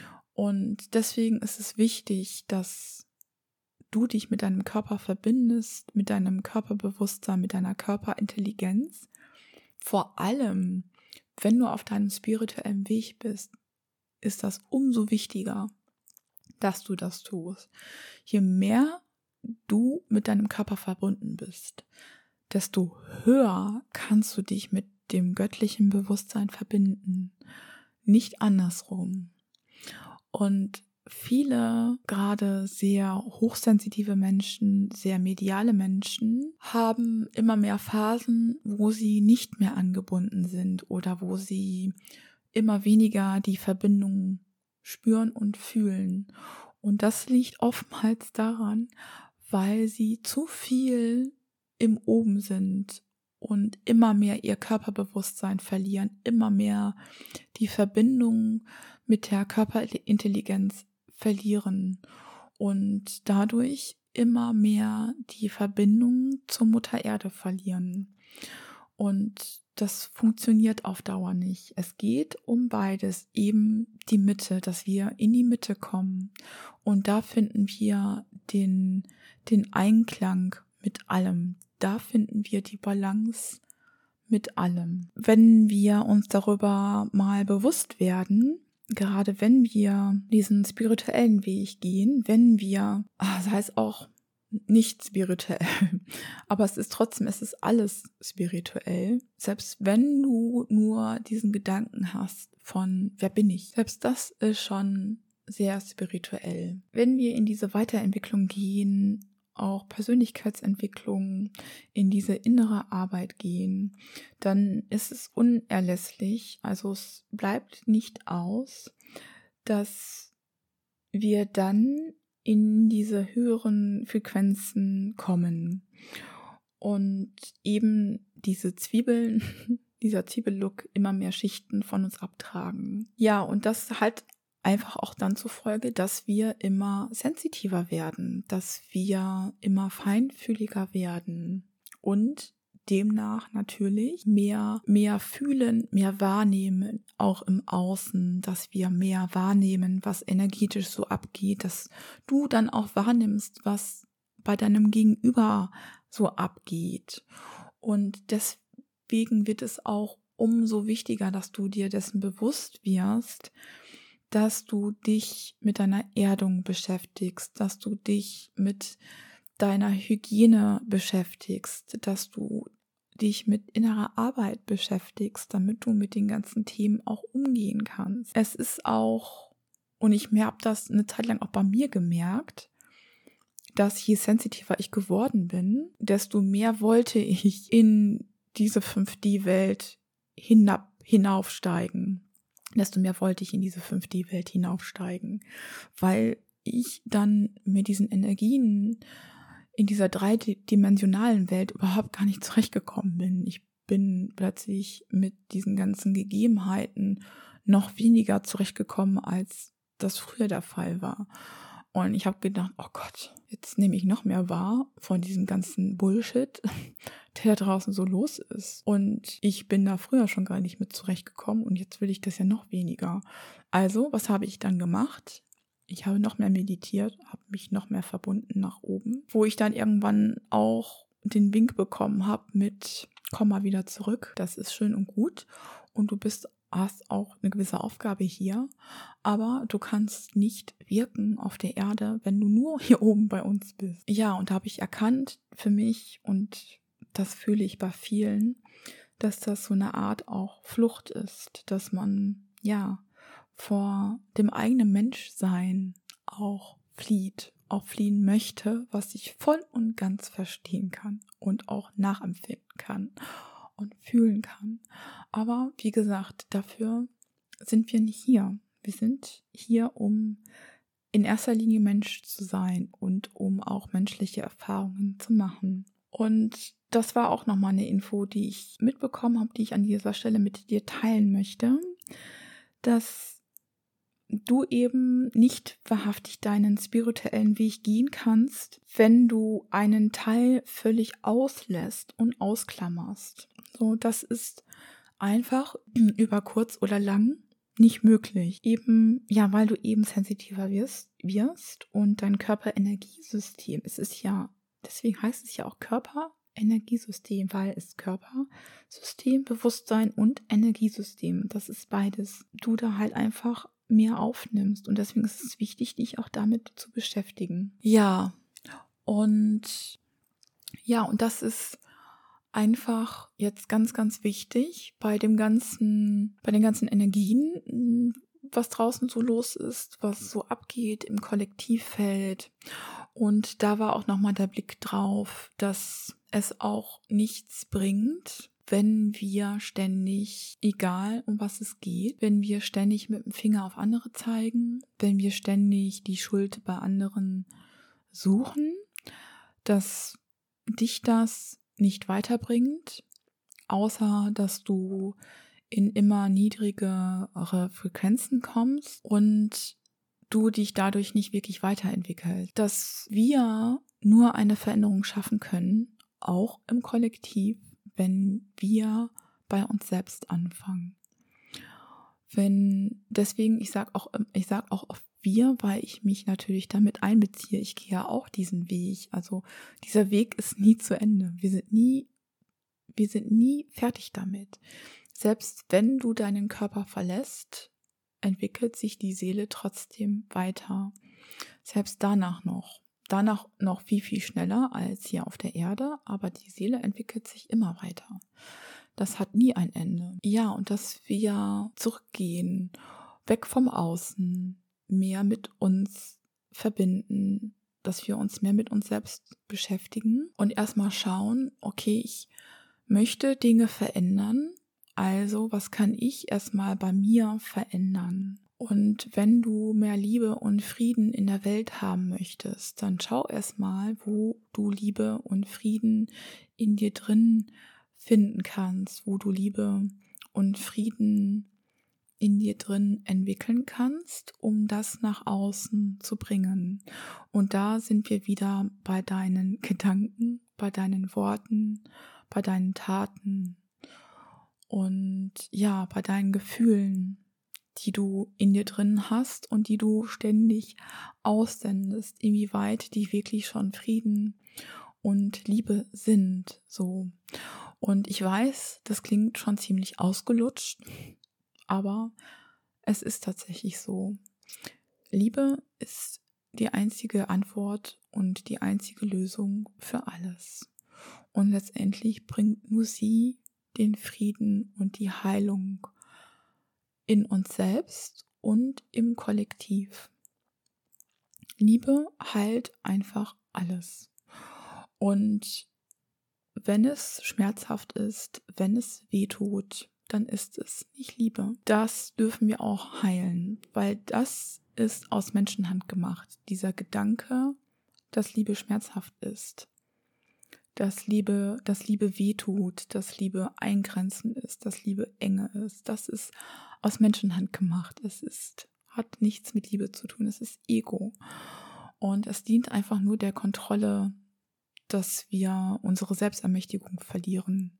Und deswegen ist es wichtig, dass du dich mit deinem Körper verbindest, mit deinem Körperbewusstsein, mit deiner Körperintelligenz. Vor allem, wenn du auf deinem spirituellen Weg bist, ist das umso wichtiger, dass du das tust. Je mehr du mit deinem Körper verbunden bist, desto höher kannst du dich mit dem göttlichen Bewusstsein verbinden. Nicht andersrum. Und viele, gerade sehr hochsensitive Menschen, sehr mediale Menschen, haben immer mehr Phasen, wo sie nicht mehr angebunden sind oder wo sie immer weniger die Verbindung spüren und fühlen. Und das liegt oftmals daran, weil sie zu viel im Oben sind und immer mehr ihr Körperbewusstsein verlieren, immer mehr die Verbindung mit der Körperintelligenz verlieren und dadurch immer mehr die Verbindung zur Mutter Erde verlieren. Und das funktioniert auf Dauer nicht. Es geht um beides, eben die Mitte, dass wir in die Mitte kommen. Und da finden wir den Einklang mit allem. Da finden wir die Balance mit allem. Wenn wir uns darüber mal bewusst werden, gerade wenn wir diesen spirituellen Weg gehen, wenn wir, sei es auch nicht spirituell, aber es ist alles spirituell. Selbst wenn du nur diesen Gedanken hast von, wer bin ich? Selbst das ist schon sehr spirituell. Wenn wir in diese Weiterentwicklung gehen, auch Persönlichkeitsentwicklung, in diese innere Arbeit gehen, dann ist es unerlässlich, also es bleibt nicht aus, dass wir dann in diese höheren Frequenzen kommen und eben diese Zwiebeln, dieser Zwiebellook immer mehr Schichten von uns abtragen. Ja, und das halt einfach auch dann zur Folge, dass wir immer sensitiver werden, dass wir immer feinfühliger werden und demnach natürlich mehr fühlen, mehr wahrnehmen, auch im Außen, dass wir mehr wahrnehmen, was energetisch so abgeht, dass du dann auch wahrnimmst, was bei deinem Gegenüber so abgeht. Und deswegen wird es auch umso wichtiger, dass du dir dessen bewusst wirst, dass du dich mit deiner Erdung beschäftigst, dass du dich mit deiner Hygiene beschäftigst, dass du dich mit innerer Arbeit beschäftigst, damit du mit den ganzen Themen auch umgehen kannst. Es ist auch, und ich habe das eine Zeit lang auch bei mir gemerkt, dass je sensitiver ich geworden bin, desto mehr wollte ich in diese 5D-Welt hinaufsteigen. Desto mehr wollte ich in diese 5D-Welt hinaufsteigen, weil ich dann mit diesen Energien in dieser dreidimensionalen Welt überhaupt gar nicht zurechtgekommen bin. Ich bin plötzlich mit diesen ganzen Gegebenheiten noch weniger zurechtgekommen, als das früher der Fall war. Und ich habe gedacht, oh Gott, jetzt nehme ich noch mehr wahr von diesem ganzen Bullshit, der da draußen so los ist. Und ich bin da früher schon gar nicht mit zurechtgekommen und jetzt will ich das ja noch weniger. Also, was habe ich dann gemacht? Ich habe noch mehr meditiert, habe mich noch mehr verbunden nach oben, wo ich dann irgendwann auch den Wink bekommen habe mit, komm mal wieder zurück, das ist schön und gut und du hast auch eine gewisse Aufgabe hier, aber du kannst nicht wirken auf der Erde, wenn du nur hier oben bei uns bist. Ja, und da habe ich erkannt für mich, und das fühle ich bei vielen, dass das so eine Art auch Flucht ist, dass man, ja, vor dem eigenen Menschsein auch fliehen möchte, was ich voll und ganz verstehen kann und auch nachempfinden kann und fühlen kann. Aber wie gesagt, dafür sind wir nicht hier. Wir sind hier, um in erster Linie Mensch zu sein und um auch menschliche Erfahrungen zu machen. Und das war auch nochmal eine Info, die ich mitbekommen habe, die ich an dieser Stelle mit dir teilen möchte, dass du eben nicht wahrhaftig deinen spirituellen Weg gehen kannst, wenn du einen Teil völlig auslässt und ausklammerst. So, das ist einfach über kurz oder lang nicht möglich. Eben, ja, weil du eben sensitiver wirst und dein Körperenergiesystem, deswegen heißt es ja auch Körperenergiesystem, weil es Körpersystem, Bewusstsein und Energiesystem, das ist beides. Du da halt einfach mehr aufnimmst und deswegen ist es wichtig, dich auch damit zu beschäftigen. Ja, und das ist einfach jetzt ganz, ganz wichtig bei den ganzen Energien, was draußen so los ist, was so abgeht im Kollektivfeld. Und da war auch nochmal der Blick drauf, dass es auch nichts bringt, wenn wir ständig, egal um was es geht, wenn wir ständig mit dem Finger auf andere zeigen, wenn wir ständig die Schuld bei anderen suchen, dass dich das nicht weiterbringt, außer dass du in immer niedrigere Frequenzen kommst und du dich dadurch nicht wirklich weiterentwickelst. Dass wir nur eine Veränderung schaffen können, auch im Kollektiv, wenn wir bei uns selbst anfangen. Deswegen, ich sag auch oft wir, weil ich mich natürlich damit einbeziehe. Ich gehe ja auch diesen Weg. Also dieser Weg ist nie zu Ende. Wir sind nie fertig damit. Selbst wenn du deinen Körper verlässt, entwickelt sich die Seele trotzdem weiter. Selbst danach noch viel, viel schneller als hier auf der Erde, aber die Seele entwickelt sich immer weiter. Das hat nie ein Ende. Ja, und dass wir zurückgehen, weg vom Außen, mehr mit uns verbinden, dass wir uns mehr mit uns selbst beschäftigen und erstmal schauen, okay, ich möchte Dinge verändern, also was kann ich erstmal bei mir verändern? Und wenn du mehr Liebe und Frieden in der Welt haben möchtest, dann schau erstmal, wo du Liebe und Frieden in dir drin finden kannst, wo du Liebe und Frieden in dir drin entwickeln kannst, um das nach außen zu bringen. Und da sind wir wieder bei deinen Gedanken, bei deinen Worten, bei deinen Taten und ja, bei deinen Gefühlen, die du in dir drin hast und die du ständig aussendest, inwieweit die wirklich schon Frieden und Liebe sind, so. Und ich weiß, das klingt schon ziemlich ausgelutscht, aber es ist tatsächlich so. Liebe ist die einzige Antwort und die einzige Lösung für alles. Und letztendlich bringt nur sie den Frieden und die Heilung in uns selbst und im Kollektiv. Liebe heilt einfach alles. Und wenn es schmerzhaft ist, wenn es wehtut, dann ist es nicht Liebe. Das dürfen wir auch heilen, weil das ist aus Menschenhand gemacht. Dieser Gedanke, dass Liebe schmerzhaft ist, dass Liebe wehtut, dass Liebe eingrenzend ist, dass Liebe enge ist, das ist aus Menschenhand gemacht. Hat nichts mit Liebe zu tun, es ist Ego. Und es dient einfach nur der Kontrolle, dass wir unsere Selbstermächtigung verlieren.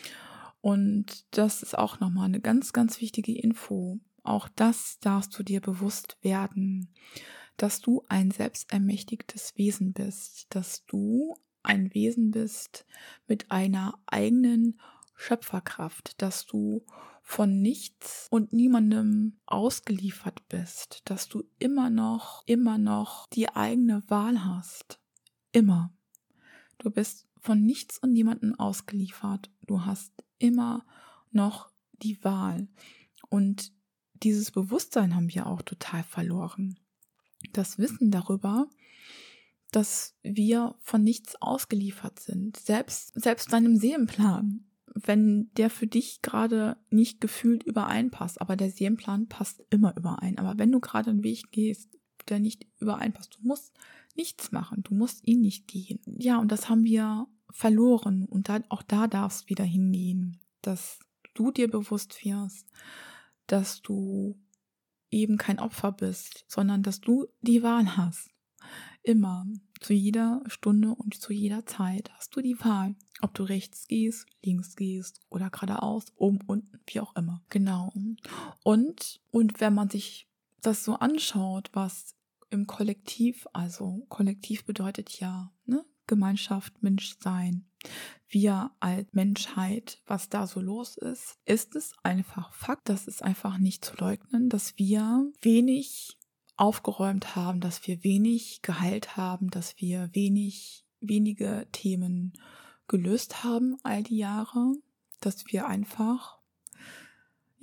Und das ist auch nochmal eine ganz, ganz wichtige Info. Auch das darfst du dir bewusst werden, dass du ein selbstermächtigtes Wesen bist, dass du ein Wesen bist mit einer eigenen Schöpferkraft, dass du von nichts und niemandem ausgeliefert bist, dass du immer noch die eigene Wahl hast. Immer. Du bist von nichts und niemandem ausgeliefert. Du hast immer noch die Wahl. Und dieses Bewusstsein haben wir auch total verloren. Das Wissen darüber, dass wir von nichts ausgeliefert sind. Selbst deinem Seelenplan, wenn der für dich gerade nicht gefühlt übereinpasst, aber der Seelenplan passt immer überein. Aber wenn du gerade einen Weg gehst, der nicht übereinpasst, du musst nichts machen, du musst ihn nicht gehen. Ja, und das haben wir verloren. Und auch da darfst du wieder hingehen, dass du dir bewusst wirst, dass du eben kein Opfer bist, sondern dass du die Wahl hast. Immer, zu jeder Stunde und zu jeder Zeit hast du die Wahl, ob du rechts gehst, links gehst oder geradeaus, oben, unten, wie auch immer. Genau. Und wenn man sich das so anschaut, was im Kollektiv, also Kollektiv bedeutet ja, Gemeinschaft, Menschsein, wir als Menschheit, was da so los ist es einfach Fakt, das ist einfach nicht zu leugnen, dass wir wenig aufgeräumt haben, dass wir wenig geheilt haben, dass wir wenige Themen gelöst haben all die Jahre, dass wir einfach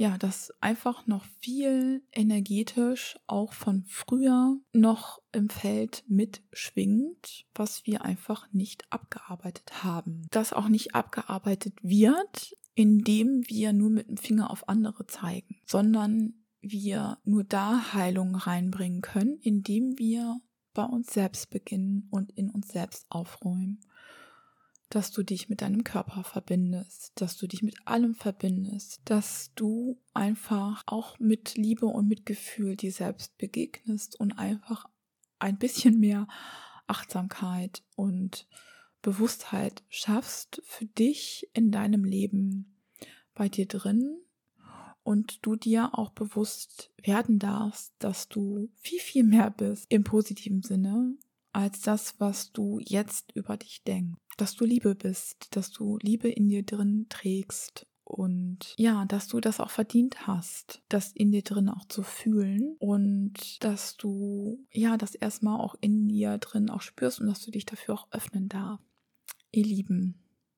das einfach noch viel energetisch auch von früher noch im Feld mitschwingt, was wir einfach nicht abgearbeitet haben. Das auch nicht abgearbeitet wird, indem wir nur mit dem Finger auf andere zeigen, sondern wir nur da Heilung reinbringen können, indem wir bei uns selbst beginnen und in uns selbst aufräumen. Dass du dich mit deinem Körper verbindest, dass du dich mit allem verbindest, dass du einfach auch mit Liebe und mit Gefühl dir selbst begegnest und einfach ein bisschen mehr Achtsamkeit und Bewusstheit schaffst für dich in deinem Leben bei dir drin und du dir auch bewusst werden darfst, dass du viel, viel mehr bist im positiven Sinne, als das, was du jetzt über dich denkst. Dass du Liebe bist, dass du Liebe in dir drin trägst und dass du das auch verdient hast, das in dir drin auch zu fühlen und dass du das erstmal auch in dir drin auch spürst und dass du dich dafür auch öffnen darfst. Ihr Lieben,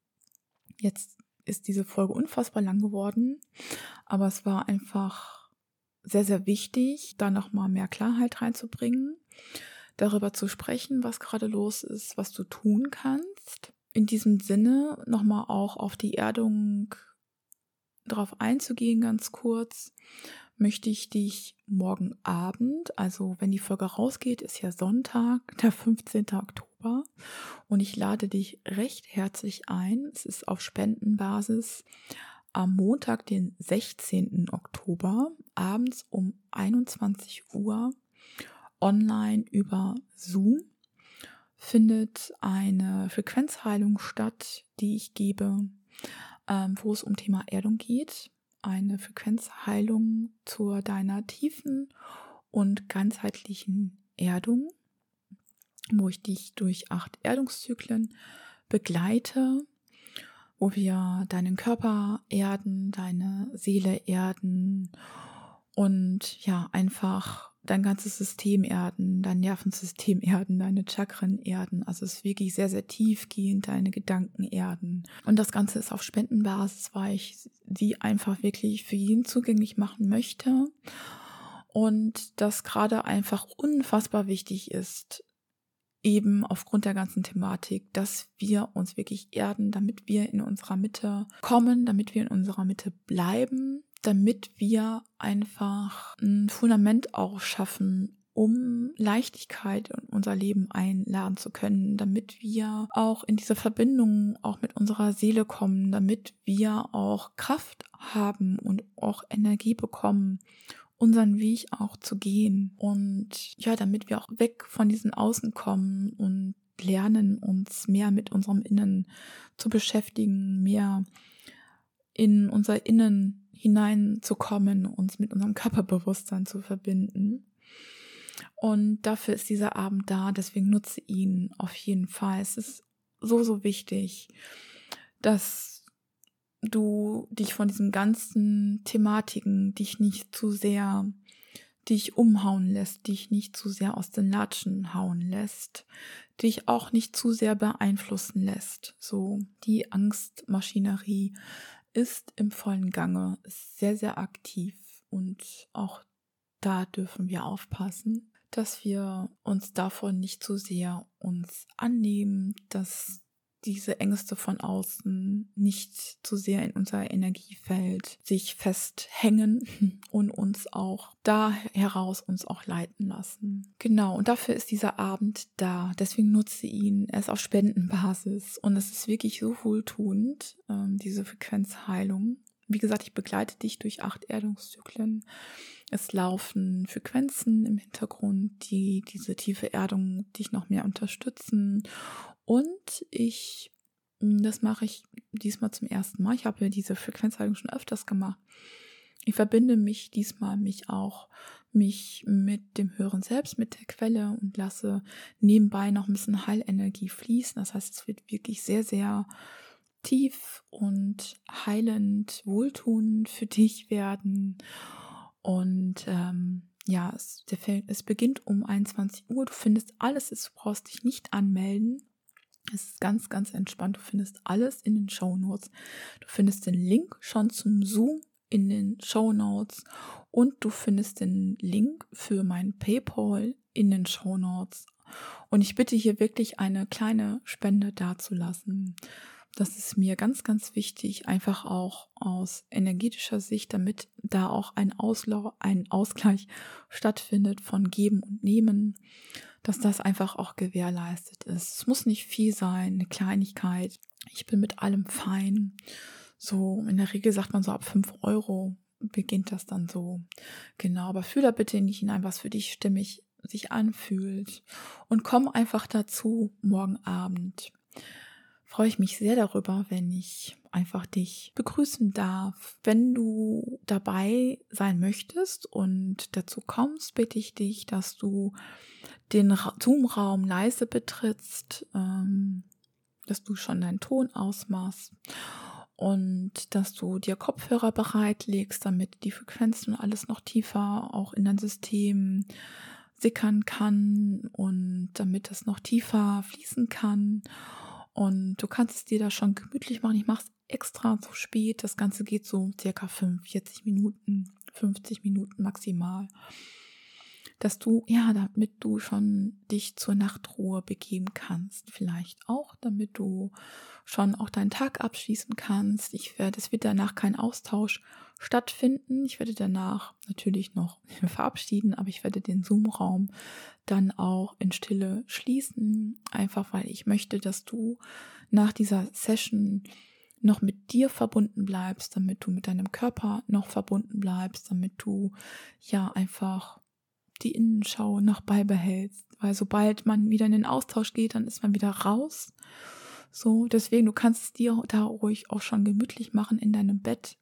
jetzt ist diese Folge unfassbar lang geworden, aber es war einfach sehr, sehr wichtig, da nochmal mehr Klarheit reinzubringen, darüber zu sprechen, was gerade los ist, was du tun kannst. In diesem Sinne nochmal auch auf die Erdung drauf einzugehen, ganz kurz, möchte ich dich morgen Abend, also wenn die Folge rausgeht, ist ja Sonntag, der 15. Oktober, und ich lade dich recht herzlich ein, es ist auf Spendenbasis, am Montag, den 16. Oktober, abends um 21 Uhr, online über Zoom, findet eine Frequenzheilung statt, die ich gebe, wo es um Thema Erdung geht. Eine Frequenzheilung zu deiner tiefen und ganzheitlichen Erdung, wo ich dich durch 8 Erdungszyklen begleite, wo wir deinen Körper erden, deine Seele erden und einfach dein ganzes System erden, dein Nervensystem erden, deine Chakren erden. Also es ist wirklich sehr, sehr tiefgehend, deine Gedanken erden. Und das Ganze ist auf Spendenbasis, weil ich sie einfach wirklich für jeden zugänglich machen möchte. Und das gerade einfach unfassbar wichtig ist, eben aufgrund der ganzen Thematik, dass wir uns wirklich erden, damit wir in unserer Mitte kommen, damit wir in unserer Mitte bleiben, damit wir einfach ein Fundament auch schaffen, um Leichtigkeit in unser Leben einladen zu können, damit wir auch in diese Verbindung auch mit unserer Seele kommen, damit wir auch Kraft haben und auch Energie bekommen, unseren Weg auch zu gehen und damit wir auch weg von diesem Außen kommen und lernen, uns mehr mit unserem Innen zu beschäftigen, mehr in unser Innen hineinzukommen, uns mit unserem Körperbewusstsein zu verbinden. Und dafür ist dieser Abend da, deswegen nutze ihn auf jeden Fall. Es ist so, so wichtig, dass du dich von diesen ganzen Thematiken dich nicht zu sehr dich umhauen lässt, dich nicht zu sehr aus den Latschen hauen lässt, dich auch nicht zu sehr beeinflussen lässt. So, die Angstmaschinerie ist im vollen Gange, ist sehr, sehr aktiv und auch da dürfen wir aufpassen, dass wir uns davon nicht zu sehr uns annehmen, dass diese Ängste von außen nicht zu sehr in unser Energiefeld sich festhängen und uns auch da heraus uns auch leiten lassen. Genau, und dafür ist dieser Abend da. Deswegen nutze ihn. Er ist auf Spendenbasis und es ist wirklich so wohltuend, diese Frequenzheilung. Wie gesagt, ich begleite dich durch 8 Erdungszyklen. Es laufen Frequenzen im Hintergrund, die diese tiefe Erdung dich noch mehr unterstützen. Und das mache ich diesmal zum ersten Mal. Ich habe diese Frequenzheilung schon öfters gemacht. Ich verbinde mich diesmal auch mit dem Höheren Selbst, mit der Quelle und lasse nebenbei noch ein bisschen Heilenergie fließen. Das heißt, es wird wirklich sehr, sehr tief und heilend, wohltuend für dich werden. Und es beginnt um 21 Uhr. Du findest alles, du brauchst dich nicht anmelden. Es ist ganz, ganz entspannt. Du findest alles in den Shownotes. Du findest den Link schon zum Zoom in den Shownotes und du findest den Link für mein PayPal in den Shownotes. Und ich bitte hier wirklich eine kleine Spende dazulassen. Das ist mir ganz, ganz wichtig, einfach auch aus energetischer Sicht, damit da auch ein Ausgleich stattfindet von Geben und Nehmen, dass das einfach auch gewährleistet ist. Es muss nicht viel sein, eine Kleinigkeit. Ich bin mit allem fein. So, in der Regel sagt man so ab 5 Euro beginnt das dann so. Genau, aber fühl da bitte nicht hinein, was für dich stimmig sich anfühlt. Und komm einfach dazu, morgen Abend. Freue ich mich sehr darüber, wenn ich einfach dich begrüßen darf. Wenn du dabei sein möchtest und dazu kommst, bitte ich dich, dass du den Zoom-Raum leise betrittst, dass du schon deinen Ton ausmachst und dass du dir Kopfhörer bereitlegst, damit die Frequenzen und alles noch tiefer auch in dein System sickern kann und damit es noch tiefer fließen kann. Und du kannst es dir da schon gemütlich machen. Ich mache es extra so spät. Das Ganze geht so circa 45 Minuten, 50 Minuten maximal. Damit du schon dich zur Nachtruhe begeben kannst. Vielleicht auch, damit du schon auch deinen Tag abschließen kannst. Es wird danach kein Austausch stattfinden. Ich werde danach natürlich noch verabschieden, aber ich werde den Zoom-Raum dann auch in Stille schließen. Einfach, weil ich möchte, dass du nach dieser Session noch mit dir verbunden bleibst, damit du mit deinem Körper noch verbunden bleibst, damit du ja einfach die Innenschau noch beibehältst, weil sobald man wieder in den Austausch geht, dann ist man wieder raus. So, deswegen, du kannst es dir da ruhig auch schon gemütlich machen in deinem Bett.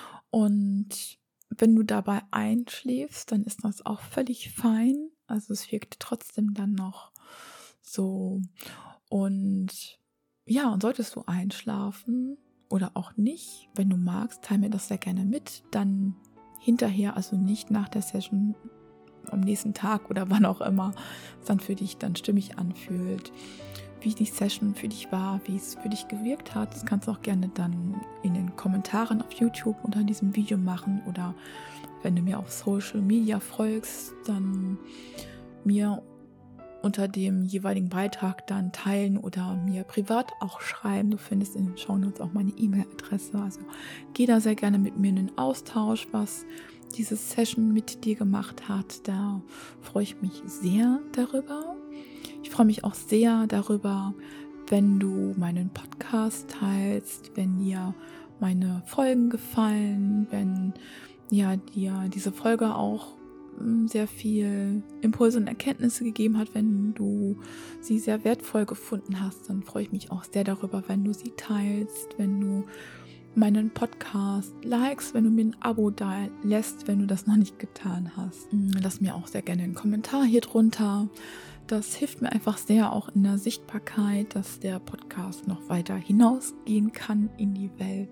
Und wenn du dabei einschläfst, dann ist das auch völlig fein. Also es wirkt trotzdem dann noch so. Und ja, und solltest du einschlafen oder auch nicht, wenn du magst, teile mir das sehr gerne mit. Dann hinterher, also nicht nach der Session, am nächsten Tag oder wann auch immer es dann für dich dann stimmig anfühlt, wie die Session für dich war, wie es für dich gewirkt hat. Das kannst du auch gerne dann in den Kommentaren auf YouTube unter diesem Video machen oder wenn du mir auf Social Media folgst, dann mir unter dem jeweiligen Beitrag dann teilen oder mir privat auch schreiben. Du findest in den Shownotes auch meine E-Mail-Adresse. Also geh da sehr gerne mit mir in den Austausch, was diese Session mit dir gemacht hat. Da freue ich mich sehr darüber. Ich freue mich auch sehr darüber, wenn du meinen Podcast teilst, wenn dir meine Folgen gefallen, wenn dir diese Folge auch sehr viel Impulse und Erkenntnisse gegeben hat, wenn du sie sehr wertvoll gefunden hast, dann freue ich mich auch sehr darüber, wenn du sie teilst, wenn du meinen Podcast likest, wenn du mir ein Abo da lässt, wenn du das noch nicht getan hast. Lass mir auch sehr gerne einen Kommentar hier drunter. Das hilft mir einfach sehr auch in der Sichtbarkeit, dass der Podcast noch weiter hinausgehen kann in die Welt.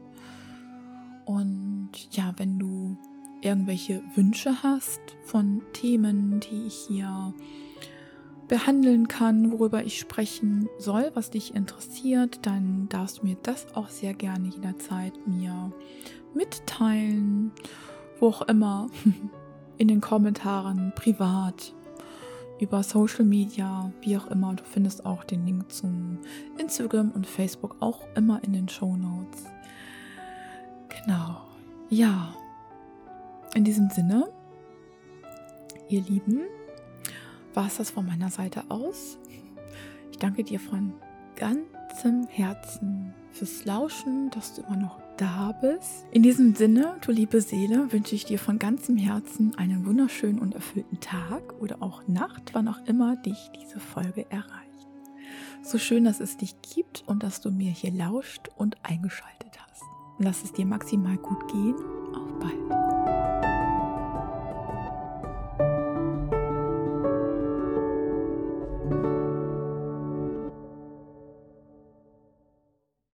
Und ja, wenn du irgendwelche Wünsche hast von Themen, die ich hier behandeln kann, worüber ich sprechen soll, was dich interessiert, dann darfst du mir das auch sehr gerne jederzeit mir mitteilen, wo auch immer, in den Kommentaren, privat, über Social Media, wie auch immer. Du findest auch den Link zum Instagram und Facebook auch immer in den Shownotes. Genau, ja. In diesem Sinne, ihr Lieben, war es das von meiner Seite aus. Ich danke dir von ganzem Herzen fürs Lauschen, dass du immer noch da bist. In diesem Sinne, du liebe Seele, wünsche ich dir von ganzem Herzen einen wunderschönen und erfüllten Tag oder auch Nacht, wann auch immer dich diese Folge erreicht. So schön, dass es dich gibt und dass du mir hier lauscht und eingeschaltet hast. Lass es dir maximal gut gehen. Auf bald.